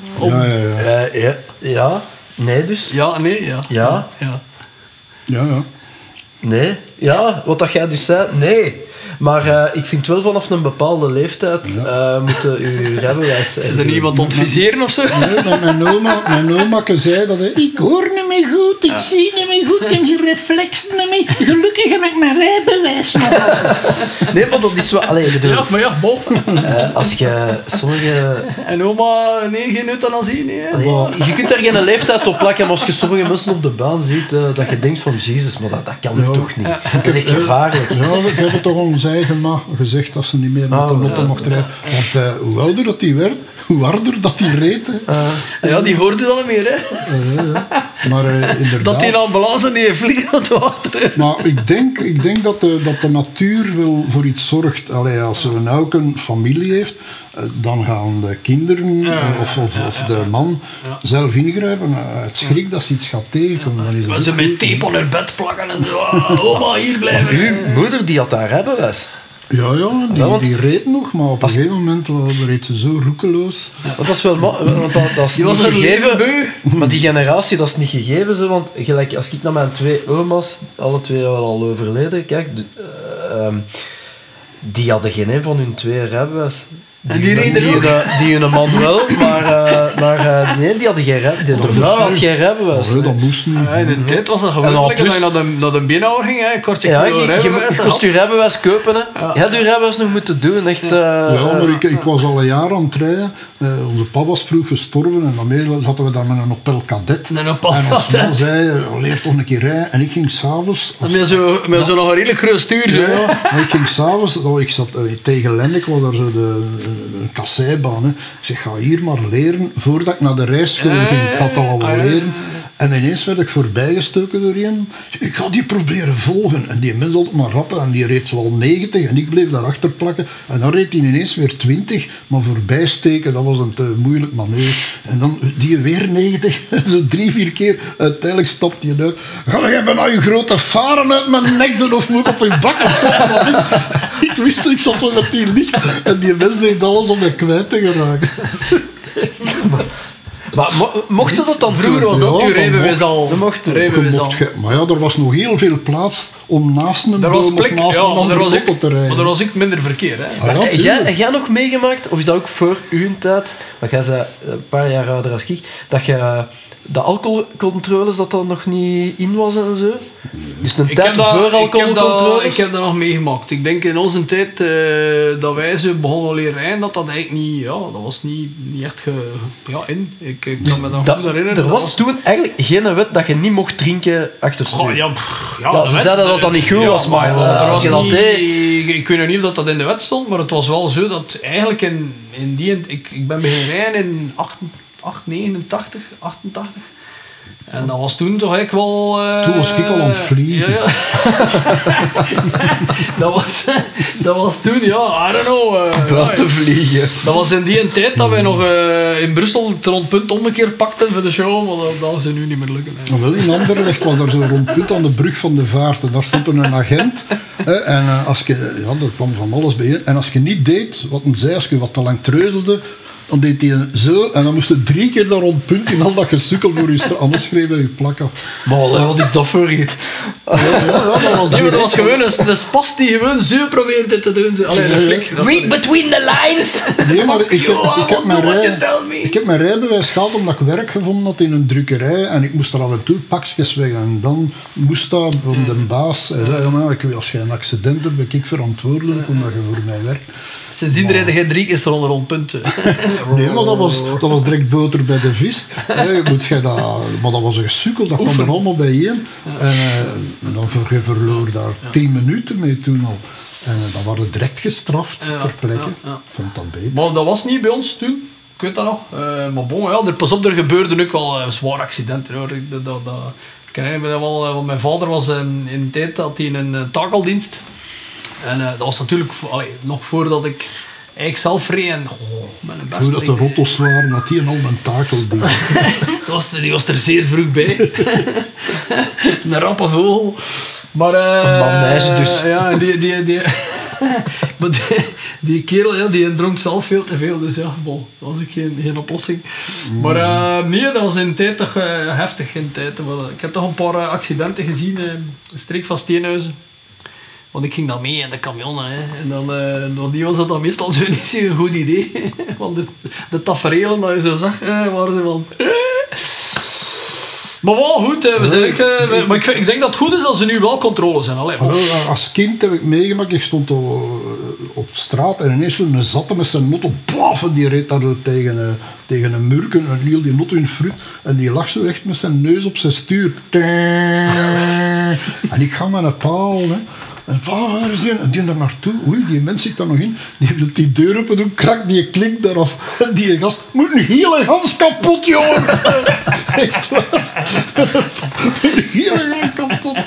Ja. Nee dus? Ja, nee, ja. Ja. Ja. Nee. Ja, wat dat jij dus zei, nee. Maar ik vind wel vanaf een bepaalde leeftijd moet uw rijbewijs... Zit er niemand ontvisieren of zo? Nee, mijn oma zei dat... Ik hoor niet meer goed, ik zie niet meer goed, ik heb geen reflex niet meer. Gelukkig heb ik mijn rijbewijs nog. Nee, maar dat is wel... Allee, bedoel, Ja, maar ja, bon. als je sommige... En oma, nee, geen euthanasie, nee. Hè? Allee, je kunt daar geen leeftijd op plakken, maar als je sommige mensen op de baan ziet, dat je denkt van... Jezus, maar dat kan toch niet. Dat is echt gevaarlijk. Ja, ik heb het toch ons eigen ma gezegd dat ze niet meer met de auto mocht rijden. Want hoe ouder dat die werd, hoe harder dat die reed. Ja, die hoorde dan niet meer, hè. Maar inderdaad... Dat die ambulance niet vliegen aan het water. Maar ik denk dat de natuur wel voor iets zorgt. Allee, als ze nou een familie heeft, dan gaan de kinderen of de man zelf ingrijpen. Het schrik dat ze iets gaat tegenkomen. Dan is Maar ze met tape aan haar bed plakken en zo. Oma, hier blijven. Uw moeder die had daar rijbewijs. Ja, die reed nog, maar op een gegeven moment reed ze zo roekeloos. Want dat is wel... Want dat is Die was niet er gegeven. beu. Maar die generatie, dat is niet gegeven. Zo, want gelijk, als ik naar mijn 2 oma's, alle 2 al overleden, kijk... die hadden geen een van hun 2 rijbewijs. En die reden ook. Die hun man wel, maar nee, die hadden geen rijbewijs. De vrouw had geen rijbewijs. Dat moest niet. In de tijd was dat gewoonlijk dat je naar de beenhouwer ging, hè. Kortje Je moest je rijbewijs kopen. Hè. Je had je rijbewijs nog moeten doen. Echt, maar ik was al een jaar aan het rijden. Onze papa was vroeg gestorven en daarmee zaten we daar met een Opel Kadett. En ons man zei, leer toch een keer rijden. En ik ging s'avonds... Met zo nog een redelijk groot stuur. Zo, en ik ging s'avonds, ik zat tegen Lenneke, was daar zo een kasseibaan. Hè. Ik zeg, ga hier maar leren voordat ik naar de rijschool ging. Ik had al wel leren. En ineens werd ik voorbijgestoken door een. Ik ga die proberen volgen. En die mens altijd maar rappen. En die reed zoal 90 en ik bleef daarachter plakken. En dan reed hij ineens weer 20. Maar voorbijsteken, dat was een te moeilijk manoeuvre. En dan die weer 90. En zo 3-4 keer. Uiteindelijk stapt hij uit. Ga jij bijna je grote varen uit mijn nek doen of moet ik op je bakken stoppen? Wat is? Ik wist, ik zat zo met die licht. En die mens deed alles om me kwijt te geraken. Maar mocht dat dan vroeger was dat uw rijbewijs al. Maar ja, er was nog heel veel plaats om naast een boom of naast een andere auto te rijden. Maar er was ook minder verkeer. Hè? Heb jij nog meegemaakt, of is dat ook voor uw tijd, want jij zei een paar jaar ouder als ik, dat je de alcoholcontroles dat nog niet in was en zo. Dus een tijd voor alcoholcontroles. Ik heb dat nog meegemaakt. Ik denk in onze tijd dat wij zo begonnen leren rijden, dat eigenlijk niet... Ja, dat was niet echt in. Ik kan me dat goed herinneren. Er was toen eigenlijk geen wet dat je niet mocht drinken achter stuur. Ze zeiden dat dat niet goed was, maar als je dat deed... Ik weet niet of dat in de wet stond, maar het was wel zo dat eigenlijk in die... Ik ben beginnen rijden in 89, 88. En dat was toen toch eigenlijk wel... Toen was ik al aan het vliegen. Ja. dat was toen, ja, I don't know. Buiten vliegen. Dat was in die tijd dat wij nog in Brussel het rondpunt omgekeerd pakten voor de show, maar dat is nu niet meer lukken. Wel in Anderlecht was er zo'n rondpunt aan de brug van de Vaart. En daar stond er een agent. En als je... Ja, er kwam van alles bij. En als je niet deed wat hij zei, als je wat te lang treuzelde... Dan deed hij zo en dan moest je 3 keer daar rond punt in al dat gesukkel voor je anders schreef hij je plak af. Maar wat is dat voor iets? Dat was gewoon een spas die gewoon zo probeerde te doen. Allee, een flik. Read between the lines! Nee, maar ik heb mijn rijbewijs gehad omdat ik werk gevonden had in een drukkerij en ik moest er af en toe pakjes weg en dan moest dat van de baas. Hij zei, als je een accident hebt, ben ik verantwoordelijk omdat je voor mij werkt. Sindsdien rijden jij 3 keer rond punten. Nee, maar dat was direct boter bij de vis. Maar dat was een gesukkel, dat kwam er allemaal bijeen. En dan verloor daar 10 minuten mee toen al. En dan waren direct gestraft ter plekke. Ik vond dat beter. Maar dat was niet bij ons toen. Ik weet dat nog. Maar bon, pas op, er gebeurden ook wel zware accidenten. Hoor. Ik herinner me dat wel, want mijn vader was in een tijd dat hij een takeldienst. En dat was natuurlijk nog voordat ik eigenlijk zelf reed. En, hoe dat de rottos waren, dat die en al mijn takel deed. Die was er zeer vroeg bij. Een rappe vogel. Maar, een bandage dus. Ja, die kerel die dronk zelf veel te veel. Dus ja, dat was ook geen oplossing. Maar nee, dat was in de tijd toch heftig. Ik heb toch een paar accidenten gezien. Streek van Steenhuizen. Want ik ging dan mee in de camion. En dan die was dat dan meestal zo niet zo'n goed idee. Want de taferelen dat je zo zag, waren ze van... Maar wel goed, we zijn maar ik denk dat het goed is dat ze nu wel controle zijn. Als kind heb ik meegemaakt, ik stond op straat en ineens zo'n zatte met zijn notto, paf, en die reed daar zo tegen een murken en hield die notto in fruit en die lag zo echt met zijn neus op zijn stuur. En ik ga met een paal, hè. En waar is die? En die daar naartoe. Oei, die mens zit daar nog in. Die heeft die deur open doen, krak, die klinkt daaraf. En die gast moet een hele gans kapot, jongen. Echt waar. Een hele gans kapot.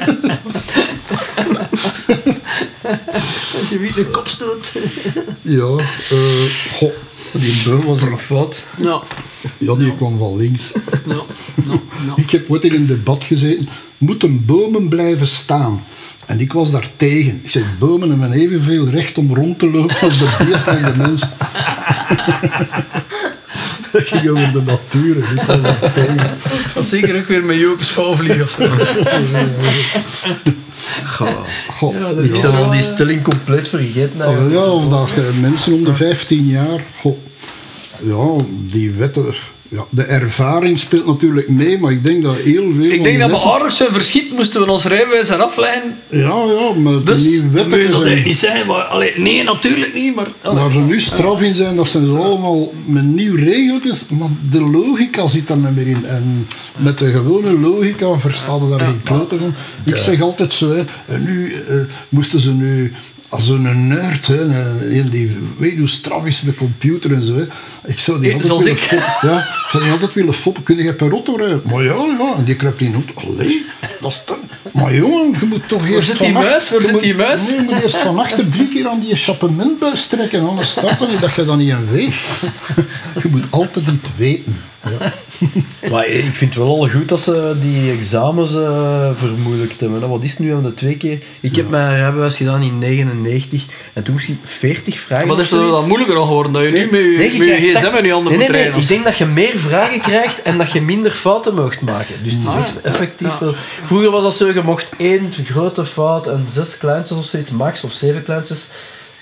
Als je wie een kop stoot. Ja, die boom was er nog fout. Ja, die kwam van links. No. Ik heb ooit in een debat gezeten. Moeten bomen blijven staan? En ik was daar tegen. Ik zei, bomen hebben evenveel recht om rond te lopen als de beest en de mens. Dat ging over de natuur. Ik was daar tegen. Dat is zeker ook weer met Joop Schouwvlieg of zo. Ik zou al die stelling compleet vergeten. Ja, of dat mensen om de 15 jaar... die wetten... Ja, de ervaring speelt natuurlijk mee, maar ik denk dat heel veel... Ik denk dat we aardig zijn verschiet moesten we ons rijbewijs eraf leggen. Ja, maar dus, de nieuwe wetten dat zijn... niet zeggen, maar nee, natuurlijk niet, maar... Waar ze nu straf in zijn, dat zijn ze allemaal met nieuw regeltjes, maar de logica zit er niet meer in. En met de gewone logica verstaan we daar geen klote van. Ik zeg altijd zo, hè, en nu moesten ze nu... Als een nerd, die weet hoe straf is met computer en zo. Hè. Ik zou die altijd willen foppen. Kun je per auto rijden? Maar ja. En die kruipt in de auto. Allee, dat is toch... Maar jongen, je moet toch eerst Waar zit die muis? Nee, je moet eerst van achter 3 keer aan die echappementbuis trekken. Anders staat er niet dat je dat niet aan weet. Je moet altijd iets weten. Ja. Maar ik vind het wel al goed dat ze die examens vermoeilijkt hebben. Wat is het nu aan de 2 keer? Ik heb mijn rijbewijs gedaan in 99 en toen misschien 40 vragen. Wat is er dan moeilijker geworden? Dat je nu met je gsm en je handen moet rijden? Ik denk dat je meer vragen krijgt en dat je minder fouten mag maken. Dus het is echt effectief wel. Vroeger was dat zo, je mocht 1 grote fout en 6 kleintjes of zoiets, max, of 7 kleintjes.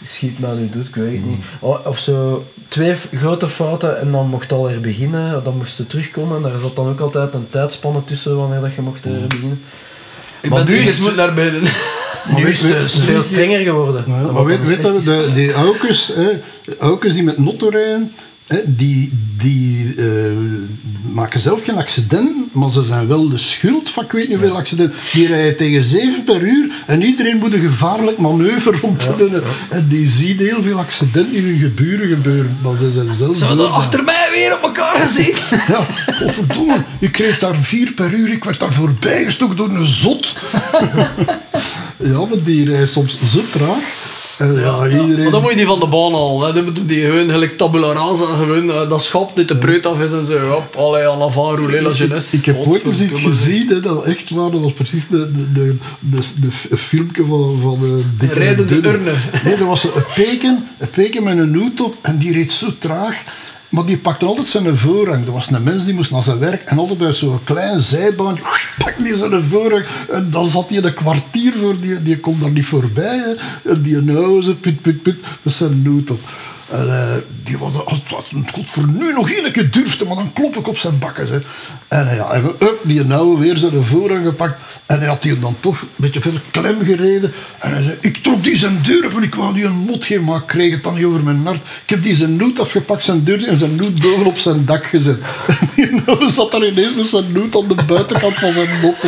schiet mij nu doet, ik weet het niet. Of zo 2 grote fouten en dan mocht al er beginnen, dan moest je terugkomen en daar zat dan ook altijd een tijdspanne tussen wanneer dat je mocht beginnen. Ik ben nu eens moet naar binnen. Nu is het veel strenger geworden. Ja, maar weet je, die aukes die met Notto rijden, die maken zelf geen accidenten, maar ze zijn wel de schuld van ik weet niet hoeveel accidenten. Die rijden tegen 7 per uur en iedereen moet een gevaarlijk manoeuvre ronddoen. En die zien heel veel accidenten in hun geburen gebeuren, maar ze zijn zelf Ze hadden achter mij weer op elkaar gezeten. Ja, verdomme, ik reed daar 4 per uur, ik werd daar voorbij gestoken door een zot. Ja, maar die rijden soms zo traag. Iedereen... Maar dan moet je die van de baan halen. Dan moet die gewoon gelijk tabula rasa, gewoon dat schap niet de preut af is en zo. Hop, allez, à l'avant, rouler la jeunesse. Ik heb ooit eens iets gezien, hè, dat echt waar, dat was precies de filmpje van de rijdende urne. Nee, er was een peken met een hoed op en die reed zo traag. Maar die pakte altijd zijn voorrang. Er was een mens die moest naar zijn werk en altijd uit zo'n klein zijbaantje pakte hij zijn voorrang. En dan zat hij een kwartier voor, die kon daar niet voorbij. Hè. En die nou zo put, met zijn noot op. En die was God voor nu nog één keer durfde, maar dan klop ik op zijn bakken. Hè. En die nou weer zijn voorrang gepakt. En hij had die dan toch een beetje verder klem gereden. En hij zei, ik trok die zijn deur op en ik wou die een mot geven, maar ik kreeg het dan niet over mijn hart. Ik heb die zijn noot afgepakt, zijn deur en zijn noot bovenop zijn dak gezet. En die nou zat daar ineens met zijn noot aan de buitenkant van zijn motto.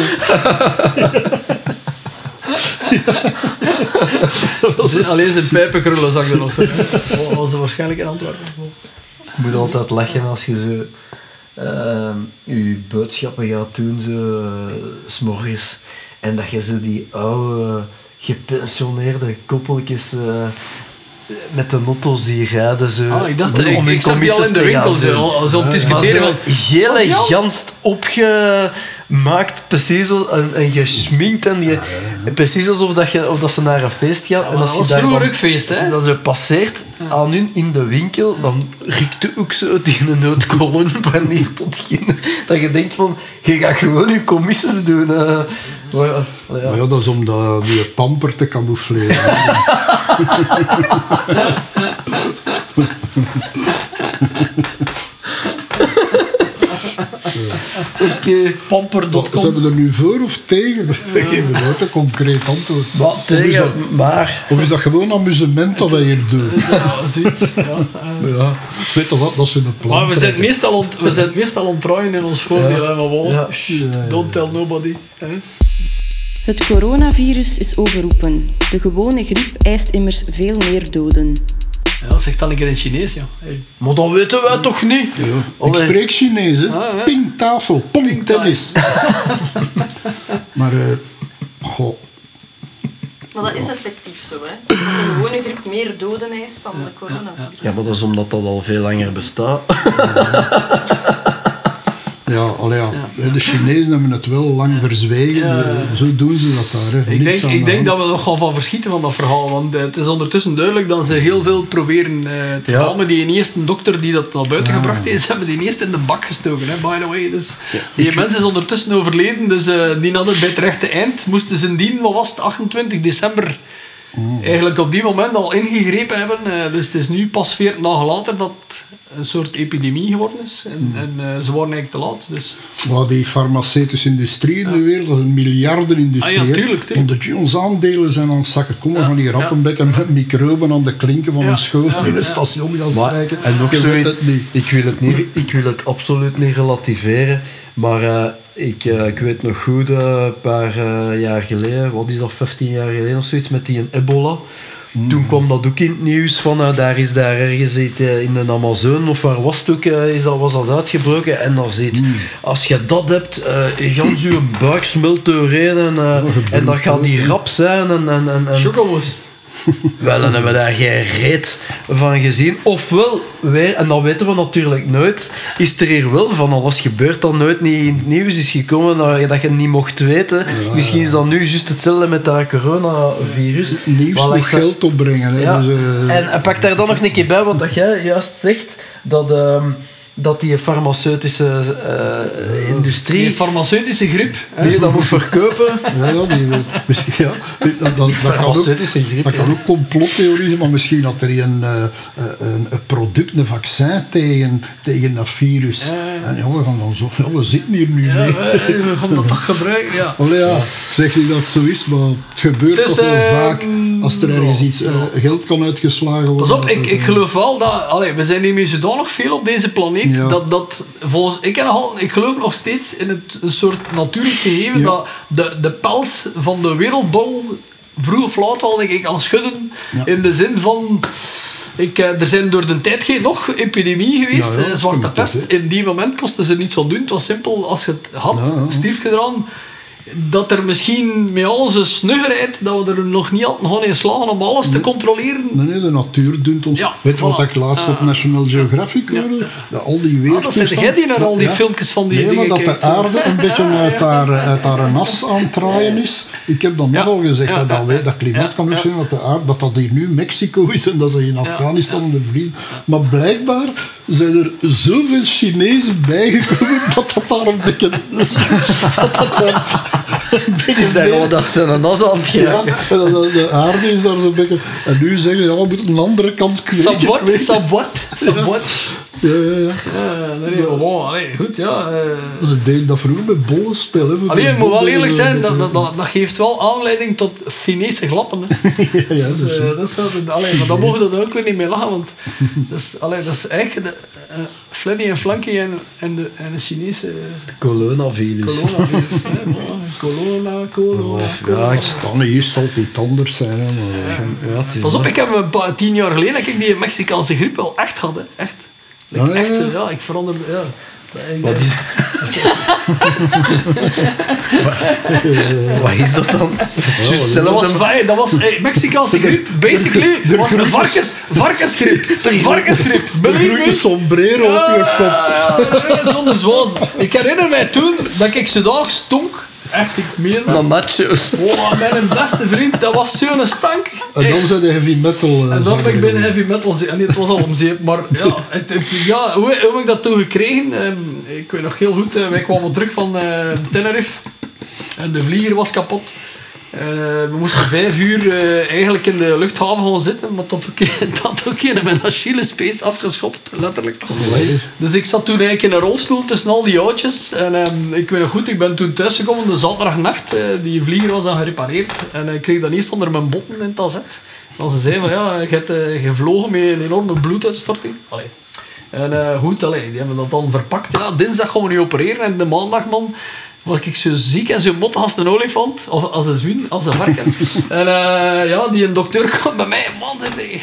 Alleen zijn pijpenkrullen zag er nog zo. Dat was ze waarschijnlijk in Antwerpen. Je moet altijd lachen als je zo je boodschappen gaat doen, zo 's morgens. En dat je zo die oude, gepensioneerde koppeltjes met de motto's die rijden. Zo, ik dacht, ik zag die al in de winkel zo discussiëren. Van gele ganst opgemaakt, precies en geschminkt. En precies alsof dat ze naar een feest gaan. Ja, en als dat was je vroeger dan, ook feest, hè? als je dat zo passeert aan hun in de winkel, dan rikte ook zo die noodkolon van hier tot ginder. Dat je denkt van, je gaat gewoon je commissies doen. Maar ja, dat is om die pamper te camoufleren. Okay. Pamper.com. Ze hebben er nu voor of tegen? We geven nooit een concreet antwoord. Wat tegen, maar... Of is dat gewoon amusement dat wij hier doen? Ja, zoiets. Ja. Weet je wat, dat is hun plan. Maar we zijn het meestal ontraaien in ons voordeel. Ja. Maar bon, don't tell nobody. Hè? Het coronavirus is overroepen. De gewone griep eist immers veel meer doden. Ja, zeg dan een keer in Chinees, ja. Hey. Maar dat weten wij toch niet? Ja. Ik spreek Chinees, hè. Ping tafel, pong tennis. Maar, goh. Maar dat is effectief zo, hè. Dat de gewone griep meer doden eist dan de coronavirus. Ja, maar dat is omdat dat al veel langer bestaat. Ja, de Chinezen hebben het wel lang verzwegen. Ja. Zo doen ze dat daar. Hè. Ik denk dat we nog gaan van verschieten van dat verhaal. Want het is ondertussen duidelijk dat ze heel veel proberen te verhalen. Die eerste dokter die dat naar buiten gebracht heeft, hebben die eerst in de bak gestoken. Hè, by the way. Dus die mens is ondertussen overleden. Dus die had het bij het rechte eind. Moesten ze indien, wat was het, 28 december... eigenlijk op die moment al ingegrepen hebben. Dus het is nu pas 14 dagen later dat een soort epidemie geworden is. En ze waren eigenlijk te laat. Dus. Maar die farmaceutische industrie in de wereld, dat is een miljardenindustrie. Ja, tuurlijk. Omdat onze aandelen zijn aan het zakken. Kom maar van die rappenbekken met microben aan de klinken van een school in een station gaan strijken. En nog zoiets, ik wil het absoluut niet relativeren, maar... Ik weet nog goed, een paar jaar geleden, wat is dat, 15 jaar geleden of zoiets, met die ebola. Toen kwam dat ook in het nieuws van, daar is daar ergens in de Amazone, of waar was het ook, was dat uitgebroken. En dan zit, als je dat hebt, gans je buik smelt doorheen en dat gaat die rap zijn. Chocobos. Wel, dan hebben we daar geen reet van gezien. Ofwel, weer, en dat weten we natuurlijk nooit, is er hier wel van alles gebeurd dat nooit niet in het nieuws is gekomen, dat je niet mocht weten. Ja. Misschien is dat nu juist hetzelfde met dat coronavirus. Nieuws nog geld opbrengen. Hè? Ja. Dus, en pak daar dan nog een keer bij, wat dat jij juist zegt, dat dat die farmaceutische industrie... Die farmaceutische griep. Die je dan moet verkopen. Misschien, ja. Farmaceutische griep. Dat kan ook complottheorie zijn, maar misschien dat er een product, een vaccin tegen dat virus. En ja, we gaan dan zo... Ja, we zitten hier nu mee. We gaan dat toch gebruiken, ja. Allee, ja, ik zeg niet dat het zo is, maar het gebeurt toch wel vaak als er ergens iets geld kan uitgeslagen worden. Pas op, ik geloof wel dat... Allee, we zijn hiermee zodanig veel op deze planeet, dat volgens... Ik geloof nog steeds in een soort natuurlijk gegeven dat de pels van de wereldbol vroeg of laat wel denk ik aan schudden. Ja. In de zin van... er zijn door de tijd nog epidemie geweest, zwarte pest. In die moment kostte ze niets aan doen. Het was simpel, als je het had, stierf je eraan. Dat er misschien met al onze snuggerheid, dat we er nog niet hadden gaan in slagen om alles te controleren. Nee, de natuur doet ons. Ja, weet je wat ik laatst op National Geographic hoorde? Ja. Al die weertoestanden. Dat zijn jij die naar al die filmpjes van die dingen maar dat kijkt. De aarde een beetje uit haar nas aan het draaien is. Ik heb dan nogal gezegd dat klimaat kan ook zijn dat hier nu Mexico is en dat ze in Afghanistan onder vriezen. Maar blijkbaar zijn er zoveel Chinezen bijgekomen dat daar een beetje... Het is daar gewoon dat ze een nas aan het geven. Ja, de aarde is daar zo'n beetje... En nu zeggen ze, we moeten een andere kant kweken. Sabot. Ja. Goed, ja. Ze deden dat vroeger met bollenspel. Allee, ik moet wel eerlijk zijn, dat geeft wel aanleiding tot Chinese glappen. Ja, maar dan mogen we er ook weer niet mee lachen, want dat is eigenlijk de Fleddy en Flanky en de Chinese... Coronavirus. Corona. Ja, Stan eerst zal het iets anders zijn. Pas op, ik heb 10 jaar geleden die Mexicaanse griep wel echt gehad. Echt. Echt, ik veranderde... Ja. Wat is wat is dat dan? Dat was Mexicaanse griep. Basically was een varkensgriep. Believe me. Sombrero op je kop. Zonder zwaas. Ik herinner mij toen dat ik zodanig stonk. Echt, ik meen dat. Nachos. Wow, mijn beste vriend, dat was zo'n stank. En dan zijn de heavy metal. En dan ben ik binnen heavy metal. Nee, het was al om zeep, maar hoe heb ik dat toen gekregen? Ik weet nog heel goed, wij kwamen terug van Tenerife en de vlieger was kapot. We moesten 5 uur eigenlijk in de luchthaven gaan zitten, maar dat ook een mijn Achillespees afgeschopt, letterlijk. Dus ik zat toen eigenlijk in een rolstoel tussen al die oudjes. En ik weet nog goed, ik ben toen thuisgekomen de zaterdagnacht. Die vlieger was dan gerepareerd en ik kreeg dan eerst onder mijn botten in het azet. Dan ze zeiden van je hebt gevlogen met een enorme bloeduitstorting. Allee. En goed, die hebben dat dan verpakt. Ja, dinsdag gaan we nu opereren en de maandag, man, was ik zo ziek en zo mot als een olifant. Of als een zwin, als een varken. En die een dokter kwam bij mij. Man,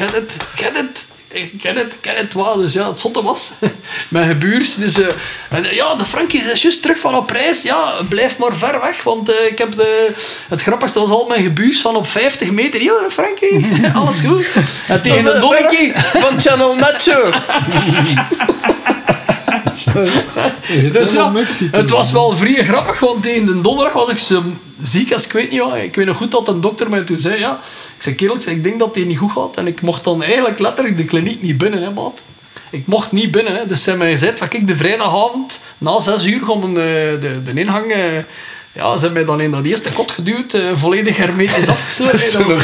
ken het wat. Dus ja, het zotte was. Mijn gebuurs. Dus, de Frankie is juist terug van op reis. Ja, blijf maar ver weg. Want ik heb het grappigste was al mijn gebuurs van op 50 meter. Ja, Frankie, alles goed. En tegen de Frankie van Channel Nacho. Dus ja, het was wel vrij grappig, want tegen de donderdag was ik zo ziek als ik weet niet wat. Ik weet nog goed dat een dokter mij toen zei, ik zei kerel, ik denk dat het niet goed gaat. En ik mocht dan eigenlijk letterlijk de kliniek niet binnen, hè, maat. Ik mocht niet binnen, hè. Dus zij mij zei dat ik de vrijdagavond na 6 uur gewoon de inhang... ze hebben mij dan in dat eerste kot geduwd, volledig hermetisch afgesloten.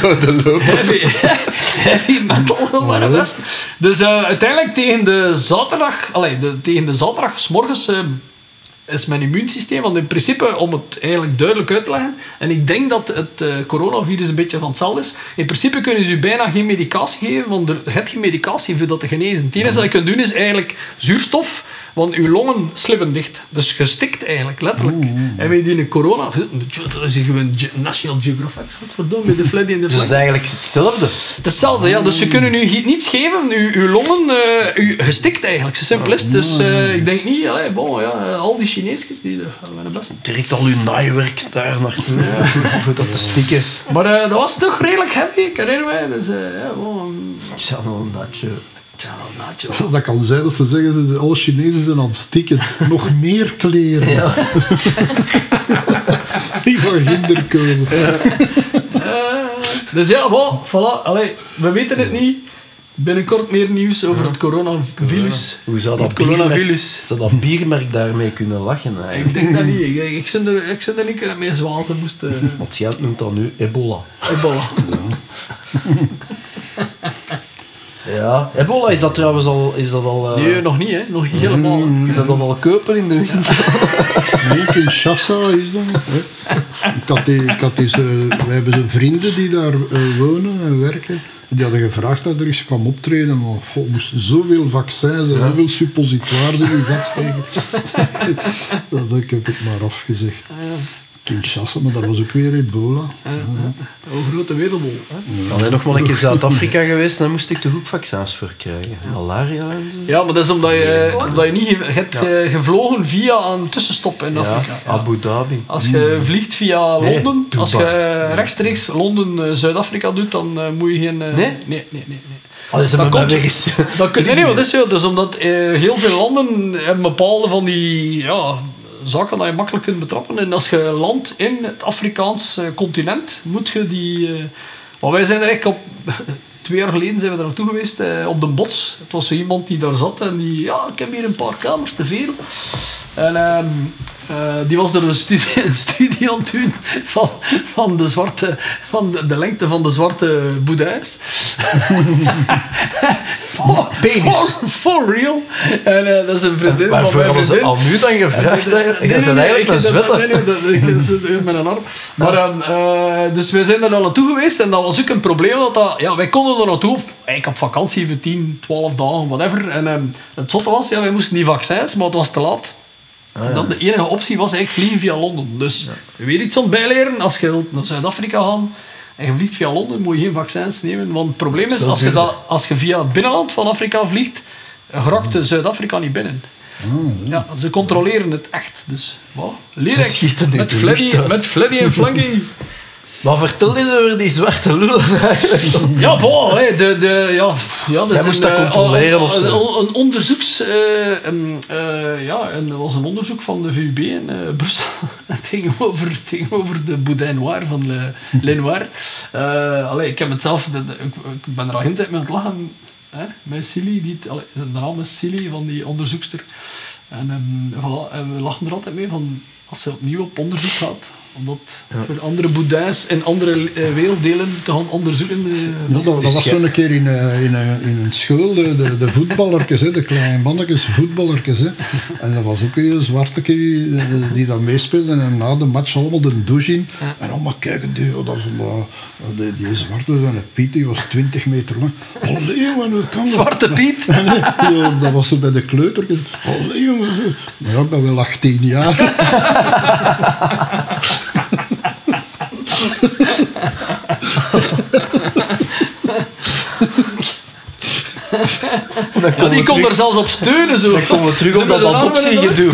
Heavy metal, maar best. Dus uiteindelijk tegen de zaterdag 's morgens is mijn immuunsysteem, want in principe, om het eigenlijk duidelijk uit te leggen, en ik denk dat het coronavirus een beetje van hetzelfde is, in principe kunnen ze u bijna geen medicatie geven, want je hebt geen medicatie voor dat te genezen. Het enige dat je kunt doen is eigenlijk zuurstof, want uw longen slippen dicht. Dus je stikt eigenlijk, letterlijk. En weet je, in corona... Dat is gewoon National Geographic. Godverdomme, met de Fleddy en de Flank. Dat is eigenlijk hetzelfde. Hetzelfde, ja. Dus ze kunnen u niets geven. Uw longen... je stikt eigenlijk, zo simpel is. Dus ik denk niet... al die Chineesjes, die hebben best... Direct al uw naaiwerk daar naartoe. Voor dat te stikken. Maar dat was toch redelijk heavy, ik herinner mij. Dus Channel Nacho. Dat kan zijn dat ze zeggen, alle Chinezen zijn aan het stikken. Nog meer kleren. Ja. Die van ginder komen. Dus ja, voilà. Allee, we weten het niet. Binnenkort meer nieuws over het coronavirus. Hoe zou Het coronavirus. Zou dat biermerk daarmee kunnen lachen Ik eigenlijk? denk dat niet. Ik zou er niet kunnen mee zwaan. Ze moesten... Want jij noemt dat nu ebola. Ebola. Ja, ebola is dat trouwens al... Is dat al Nee, nog niet, hè. Nog niet helemaal. kun je dat al kopen in de winkel? Nee, Kinshasa is dat nog. Wij hebben zo vrienden die daar wonen en werken. Die hadden gevraagd dat er eens kwam optreden. Maar we moesten zoveel vaccins en zoveel suppositoires in uw gat steken. Dat heb ik maar afgezegd. Kinshasa, maar dat was ook weer ebola. Een grote wereldbol. Hè. Alleen nog maar een keer Zuid-Afrika geweest, dan moest ik toch ook vaccins voor krijgen. Malaria en zo. Ja, maar dat is omdat je niet... Je hebt gevlogen via een tussenstop in Afrika. Ja, Abu Dhabi. Als je vliegt via Londen, Dubai. als je rechtstreeks Londen-Zuid-Afrika doet, dan moet je geen... Nee. Allee, ze hebben mij weer eens... Nee, wat is zo? Dus omdat heel veel landen hebben bepaalde van die zaken dat je makkelijk kunt betrappen. En als je landt in het Afrikaans continent, moet je die... Maar wij zijn er eigenlijk op... 2 jaar geleden zijn we daar naartoe geweest, op de Bots. Het was zo iemand die daar zat en die... Ja, ik heb hier een paar kamers te veel. En die was er een studie aan het doen van de zwarte... Van de lengte van de zwarte boeddhijs. For real. En dat is een vriendin Maar van voor mijn hadden ze vriendin. al nu dan gevraagd? Je bent eigenlijk een zwetter. Nee, met een arm. Maar dus wij zijn er dan naartoe geweest en dat was ook een probleem. Wij konden er naartoe op vakantie voor 10, 12 dagen, whatever. En het zotte was, wij moesten die vaccins, maar het was te laat. En dan de enige optie was eigenlijk vliegen via Londen. Dus weer iets aan het bijleren. Als je wilt naar Zuid-Afrika gaan en je vliegt via Londen, moet je geen vaccins nemen. Want het probleem is, als je via het binnenland van Afrika vliegt, raakt Zuid-Afrika niet binnen. Ja, ze controleren het echt. Dus leer ik schieten nu met de lucht uit. Fleddy en Flanky. Maar vertel eens over die zwarte lullen eigenlijk. Ja, boah, dat Jij moest dat controleren of zo? Een onderzoeks... dat was een onderzoek van de VUB in Brussel. Het ging over de Boudin Noir van Lenoir. Ik heb het zelf... Ik ben er al hinten met het lachen. Met Silly. De naam is Silly, van die onderzoekster. En we lachen er altijd mee van... Als ze opnieuw op onderzoek gaat... Om dat voor andere boeddhijs en andere werelddelen te gaan onderzoeken. Dat was zo'n keer in een school, de voetballertjes, de kleine mannetjes voetballertjes. En dat was ook weer een zwarte die dat meespeelden. En na de match allemaal de douche in. En allemaal kijken, die zwarte, een Piet, die was 20 meter lang. Allee, jongen, hoe kan dat? Zwarte Piet? Dat was zo bij de kleutertjes. Allee, jongen. Maar ja, ik ben wel 18 jaar. Die kon er zelfs op steunen. Zo. Dan komen we terug op dat adoptiegedoe.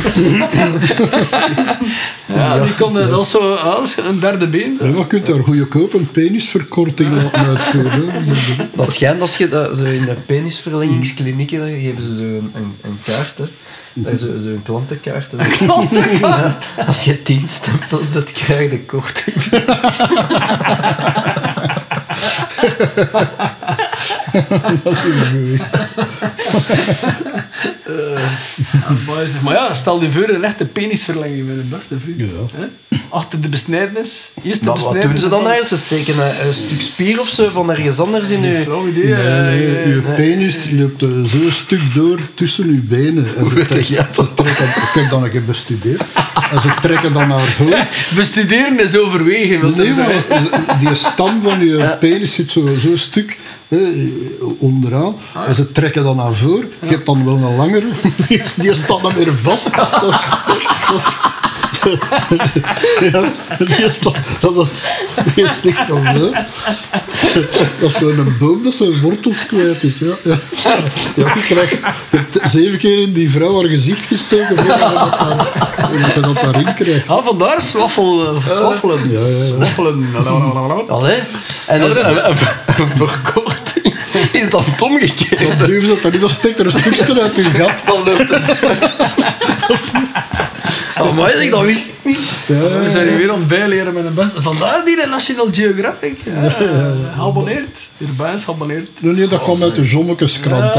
Die kon dat was zo een derde been. Ja, je kunt daar goedkoop een penisverkorting laten uitvoeren. Dat schijnt als je zo in de penisverlengingsklinieken, dan geven ze zo een kaart. Dat is zo'n klantenkaart. Als je 10 stempels zet, krijg je korting. Dat is een goeie. Maar ja, stel je voor een echte penisverlenging met een beste vriend. Ja. Achter de besnijdenis. Eerst de Maar wat besnijdenis. doen ze dan eigenlijk? Ze steken een stuk spier of zo van ergens anders in je... Flauw idee. Uw penis loopt zo'n stuk door tussen uw benen. En ik heb dat een keer bestudeerd. En ze trekken dan naar voren. Bestuderen is overwegen. Wil Nee, ik zeggen. maar die stam van je penis zit zo'n stuk onderaan. En ze trekken dan naar voren. Je hebt dan wel een langere. Die staat dan weer vast. Die ligt dan zo. Dat is zo'n boom dat zijn wortels kwijt is. Ja, je hebt 7 keer in die vrouw haar gezicht gestoken voordat je dat daarin krijgt. Vandaar swaffelen. Swaffelen. Allee. En dus een verkorting is dan het omgekeerd. Dan duwen ze dat niet, dan steekt er een stukje uit hun gat. Dan loopt het zo. maar zeg, dat wist ik niet. We zijn hier weer aan het bijleren met een beste. Vandaar die de National Geographic. Abonneert. Hierbij is geabonneerd. Nee, dat kwam uit de Zonnekeskrant.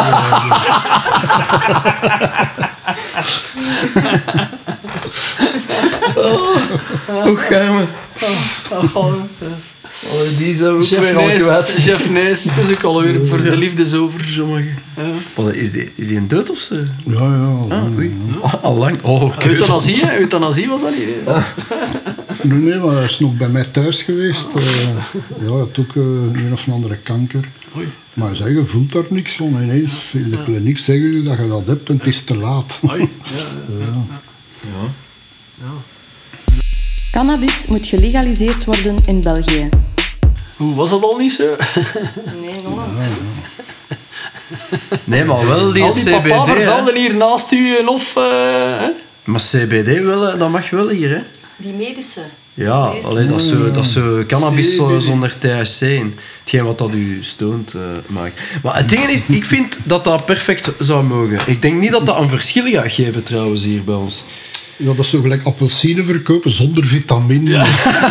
Hoe gaan we? Die zijn ook weer al kwijt. Chef Nijs, het is ook alweer voor de liefde over sommigen. Is die een dood of zo? Ja. Al lang. Euthanasie was dat niet. Nee, maar hij is nog bij mij thuis geweest. Hij had ook een of andere kanker. Oei. Maar hij zei, je voelt daar niks van. Ineens in de kliniek zeggen ze dat je dat hebt en het is te laat. Cannabis moet gelegaliseerd worden in België. Hoe was dat al niet zo? Nee, nog Nee, maar wel die Al die CBD. papa hè. vervelden hier naast u en of... Maar CBD wel, dat mag wel hier, hè? Die medische. Ja, Medische. allee, dat is zo cannabis CBD. zonder THC in. Hetgeen wat dat u stoned maakt. Maar het ding is, ik vind dat dat perfect zou mogen. Ik denk niet dat dat een verschil gaat geven trouwens hier bij ons. Ja, dat is zo gelijk appelsine verkopen zonder vitamine.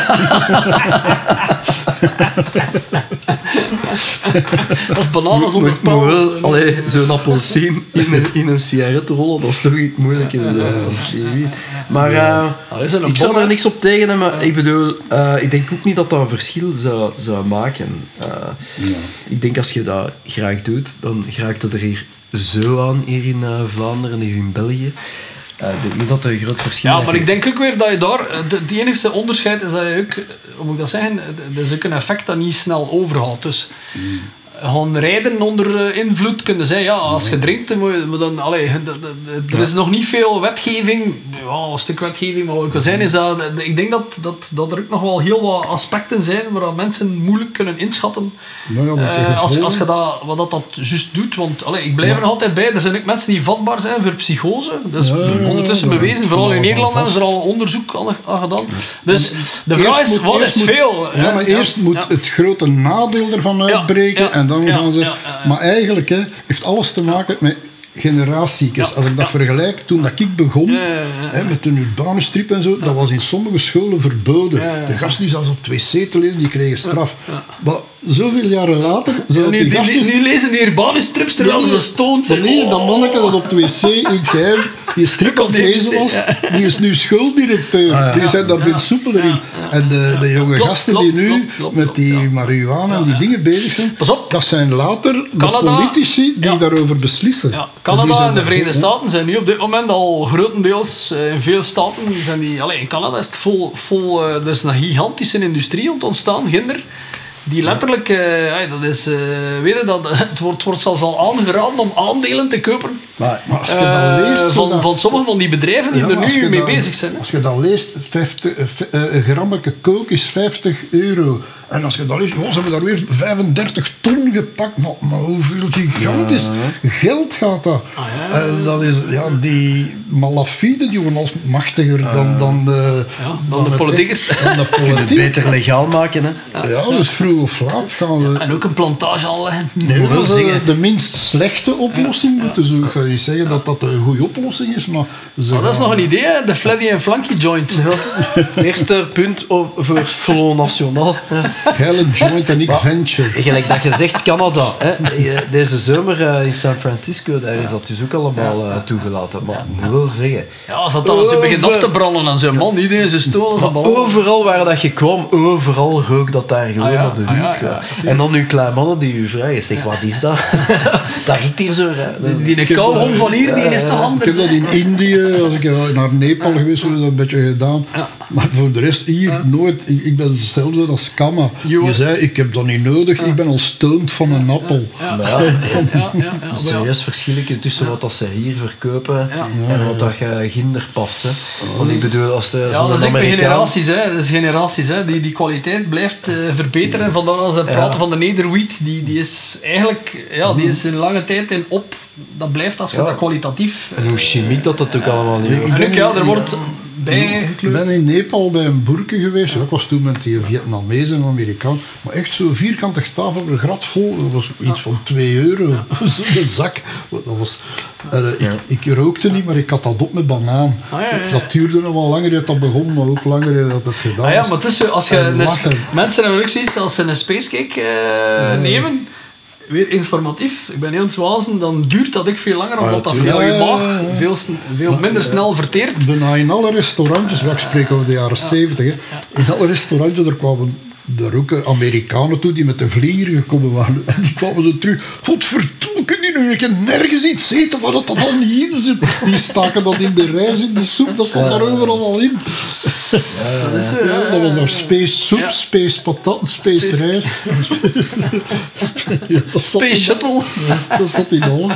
Of bananen zonder Moet maar wel, pels. allee, zo'n appelsien in een sigaret rollen, dat is toch iets moeilijker. Maar ik zou er niks op tegen hebben, maar ik bedoel, ik denk ook niet dat dat een verschil zou maken. Ik denk als je dat graag doet, dan raakt het er hier zo aan, hier in Vlaanderen, hier in België. Ik denk niet dat er een groot verschil is. Ja, maar ik denk ook weer dat je daar... Het enige onderscheid is dat je ook... Hoe moet ik dat zeggen? Er is ook een effect dat niet snel overgaat. Dus gaan rijden onder invloed kunnen zijn. Ja, als je drinkt, dan moet je dan... Allee, er is nog niet veel wetgeving. Ja, een stuk wetgeving. Maar wat ik wil zeggen is dat... Ik denk dat er ook nog wel heel wat aspecten zijn waar mensen moeilijk kunnen inschatten. Nou ja, Als je dat juist doet. Want ik blijf er altijd bij. Er zijn ook mensen die vatbaar zijn voor psychose. Dat is ondertussen bewezen. Vooral in Nederland hebben ze er al onderzoek aan gedaan. Dus de vraag is, wat is veel? Ja, maar eerst moet het grote nadeel ervan uitbreken en dan gaan ze... Maar eigenlijk heeft alles te maken met generatiekes. Als ik dat vergelijk, toen dat ik begon met een urbane strip en zo, dat was in sommige scholen verboden. De gasten die zaten op het wc te lezen, die kregen straf. Maar zoveel jaren later... Nu lezen die urbanus strips terwijl ze stoned zijn. Nee, dat manneke dat op het wc in het geheim die strip aan het lezen was, die is nu schooldirecteur. Die zijn daar veel soepeler in. En de jonge gasten die nu met die marihuana en die dingen bezig zijn, Pas op. dat zijn later de Canada, politici die daarover beslissen. Ja, Canada en de Verenigde Staten zijn nu op dit moment al grotendeels in veel staten zijn die... In Canada is het vol er is een gigantische industrie om te ontstaan, ginder. Die letterlijk, dat is, weet je, het wordt zelfs al aangeraden om aandelen te kopen Maar als je dat leest... van sommige van die bedrijven die er nu mee bezig zijn. Hè. Als je dat leest, een grammetje coke is €50. En als je dat leest, ze hebben daar weer 35 ton gepakt. Maar hoeveel gigantisch geld gaat dat? Dat is, die malafide, die worden als machtiger dan de politiekers. Dan de Je kunt het politiek. beter legaal maken, hè. Ja, dus vroeg of laat gaan we... En ook een plantage aanleggen. Nee, dat is de minst slechte oplossing moeten zoeken. Ik ga niet zeggen dat dat een goede oplossing is, maar... Dat is nog een idee, hè? De Fleddy en Flanky joint. Eerste punt voor Front National. Geile joint en ik venture. Gelijk dat je zegt Canada. Hè. Deze zomer in San Francisco, daar is dat dus ook allemaal toegelaten. Maar ik moet wel zeggen... Ja, als dat dan als je begint af te branden en zo, man, iedereen zijn stoel als een ballon. Overal waar dat je kwam, overal rook dat daar gewoon op de wiet gaat. En dan uw kleine mannen die u vragen, zeg, wat is dat? Dat riekt hier zo. Die kauwgom van hier, die is toch Ik anders. heb dat in Indië, als ik naar Nepal geweest ben, dat een beetje gedaan. Maar voor de rest hier nooit. Ik ben hetzelfde als Kama. Je zei, ik heb dat niet nodig, ik ben al stoned van een appel. Een serieus verschilletje tussen wat dat ze hier verkopen en wat dat je ginder paft. Hè. Want ik bedoel, als Ja, dat is ook bij generaties, hè. Dat is generaties, hè. Die kwaliteit blijft verbeteren. Vandaar als we praten van de nederwheat, die is eigenlijk, die is in lange tijd in op. Dat blijft als je dat kwalitatief... En hoe chimiek dat ook allemaal niet wordt. En ook, er wordt bijgekleurd. Ik ben in Nepal bij een boerke geweest. Ja, ik was toen met die Vietnamezen en Amerikaan. Maar echt zo'n vierkantig tafel, een grat vol. Dat was iets van €2. Zo'n zak. Dat was, ik rookte niet, maar ik had dat op met banaan. Dat duurde nog wel langer dat dat begon, maar ook langer dat het gedaan was. Ja, maar het is zo, als je mensen hebben ook zoiets, als ze een spacecake nemen, weer informatief, ik ben heel zwazen, dan duurt dat ook veel langer, omdat dat veel je maag veel minder snel verteert. Bijna in alle restaurantjes, ik spreek over de jaren 70, hè, in alle restaurantjes, er kwamen daar ook Amerikanen toe die met de vlieger gekomen waren. En die kwamen zo terug. Godverdomme, kun je nu een keer nergens iets eten waar dat dan niet in zit? Die staken dat in de rijst, in de soep, dat zat daar overal al in. Dat was daar space soep, space patatten, space rijst. Space shuttle. Dat zat in alles.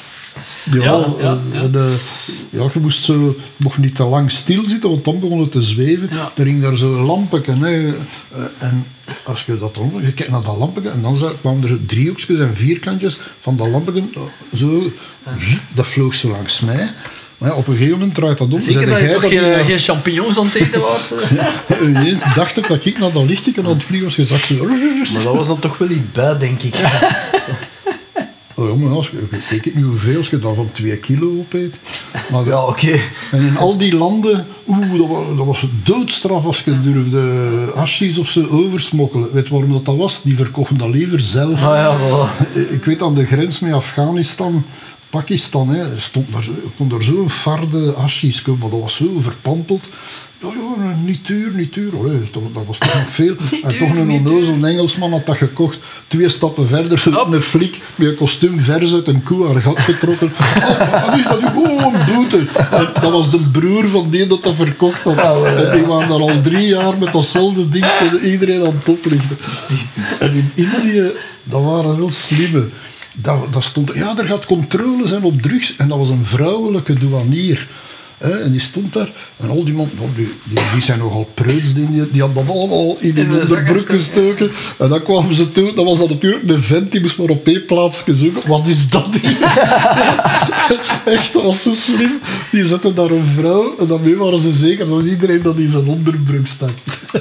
Je mocht niet te lang stilzitten, want dan begon het te zweven. Er ging daar zo'n lampetje. En als je dat dan, je kijkt naar dat lampetje en dan kwamen er driehoekjes en vierkantjes van dat lampetje. Zo, dat vloog zo langs mij. Maar ja, op een gegeven moment draait dat om. Zeker dat je toch geen champignons aan het eten was? Ineens dacht ik dat ik naar dat lichtje aan het vliegen was gezakt. Maar dat was dan toch wel iets bij, denk ik. Oh ja, maar ik weet niet hoeveel, als je dat van 2 kilo opeet. Maar ja, oké. En in al die landen, dat was doodstraf als je durfde hashis of zo oversmokkelen. Weet je waarom dat was? Die verkochten dat liever zelf. Ah, ja, voilà. Ik weet aan de grens met Afghanistan, Pakistan, hè, kon daar zo'n farde hashis kopen, maar dat was zo verpampeld. Ja, niet duur. Allee, dat was toch nog veel. En toch een onnozel Engelsman had dat gekocht. 2 stappen verder, een flik met een kostuum vers uit een koe haar gat getrokken. Wat is dat? Oh, een boete. En dat was de broer van die dat verkocht had. En die waren daar al 3 jaar met datzelfde ding dat iedereen aan het oplichten. En in Indië, dat waren wel slimme. Dat stond, ja, er gaat controle zijn op drugs. En dat was een vrouwelijke douanier. En die stond daar. En al die man, die zijn nogal preuts. Die hadden dat allemaal in hun onderbroek gestoken. En dan kwamen ze toe. Dan was dat natuurlijk een vent. Die moest maar op 1 plaats zoeken. Wat is dat hier? Echt, dat was zo slim. Die zetten daar een vrouw. En daarmee waren ze zeker dat iedereen dat in zijn onderbroek stak.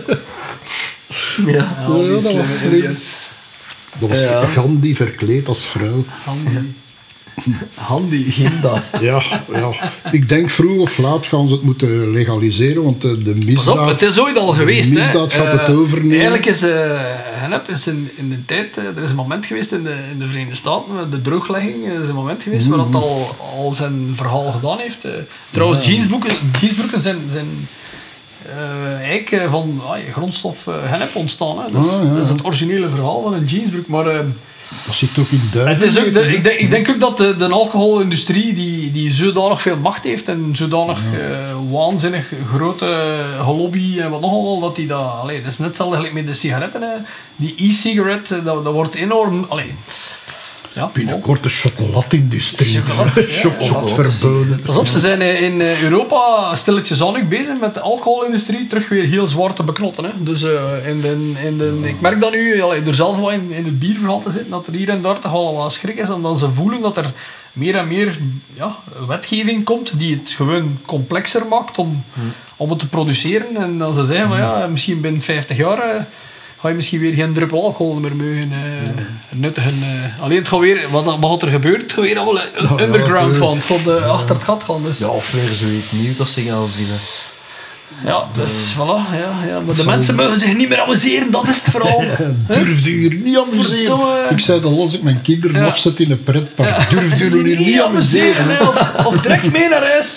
Dat was slim. Dat was Gandhi verkleed als vrouw. Handy. Ginda. Ja. Ik denk vroeg of laat gaan ze het moeten legaliseren, want de misdaad... Pas op, het is ooit al geweest. De misdaad gaat het overnemen. Eigenlijk is hennep is in de tijd... er is een moment geweest in de Verenigde Staten, de drooglegging, er is een moment geweest waar dat al zijn verhaal gedaan heeft. Trouwens, jeansbroeken zijn eigenlijk van grondstof hennep ontstaan. Hè. Dat is het originele verhaal van een jeansbroek, maar... dat zit ook in duiven. Het is ook ik denk ook dat de alcoholindustrie die zodanig veel macht heeft en zodanig waanzinnig grote lobby en wat nogal, dat die dat... dat is net hetzelfde met de sigaretten. Hè. Die e-cigarette, dat wordt enorm... Ja, binnenkort de chocoladindustrie. Chocolade verboden. Pas op, ze zijn in Europa stilletjes aan ook bezig met de alcoholindustrie terug weer heel zwaar te beknotten. Hè. Dus ik merk dat nu, door zelf wel in het bierverhaal te zitten, dat er hier en daar toch wel schrik is, omdat ze voelen dat er meer en meer wetgeving komt die het gewoon complexer maakt om het te produceren. En dan ze zeggen van misschien binnen 50 jaar... ga je misschien weer geen druppel alcohol meer mogen nuttigen. Alleen het gaat weer, wat gaat er gebeuren? Het gaat weer allemaal underground gaan. Het gaat achter het gat gaan. Dus. Ja, of weer zoiets nieuws dat ze gaan vinden. Ja, dus voilà. Ja. Maar de mensen mogen zich niet meer amuseren, dat is het vooral. Durf je hier niet amuseren? Ik zei dat als ik mijn kinderen afzet in een pretpark. Durf je hier niet amuseren? Of trek mee naar huis.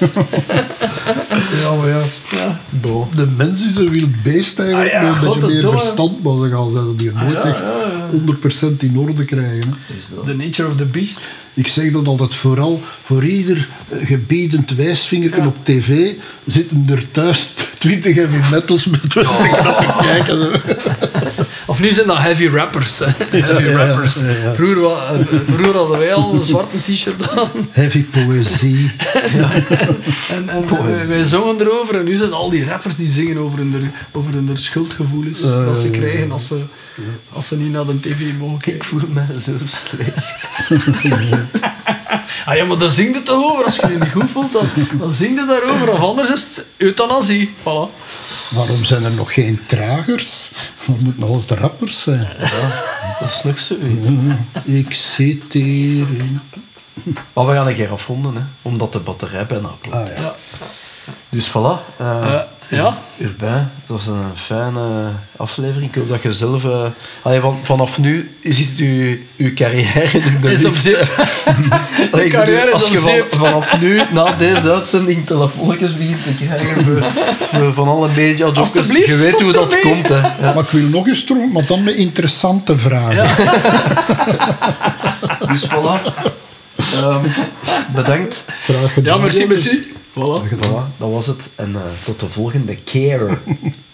Ja. De mens is een wild beest eigenlijk, met een beetje meer verstand, maar dan gaan ze die nooit echt 100% in orde krijgen. Hè. The nature of the beast. Ik zeg dat altijd vooral, voor ieder gebiedend wijsvingertje op tv zitten er thuis 20 heavy metals met 20 te kijken. Zo. Of nu zijn dat heavy rappers. Heavy rappers. Ja. Vroeger hadden wij al een zwarte t-shirt aan. Heavy poëzie. En wij zongen erover en nu zijn al die rappers die zingen over hun schuldgevoelens dat ze krijgen als ze niet naar de tv mogen kijken. Ik voel me zo slecht. Ja, maar daar zing je toch over. Als je je niet goed voelt, dan zing je daarover. Of anders is het Euthanasie, voilà. Waarom zijn er nog geen tragers? Er moeten altijd rappers zijn. Dat is nog zo. Ik zit hier... Maar we gaan een keer afronden, hè, omdat de batterij bijna klopt. Ah, ja. Dus voilà. Ja. Urbain, het was een fijne aflevering. Ik hoop dat je zelf... vanaf nu is het uw carrière in de Is op lift. zip. Allee, ik carrière bedoel, is als op je zip. vanaf nu, na deze uitzending, telefoontjes begint te krijgen van alle mediajokkers, Alsjeblieft, je weet stop hoe dat ermee. komt. Hè. Ja. Maar ik wil nog eens terug, maar dan met interessante vragen. Dus voilà. Bedankt. Graag gedaan. Ja, merci. Voilà. Voilà, dat was het. En tot de volgende keer.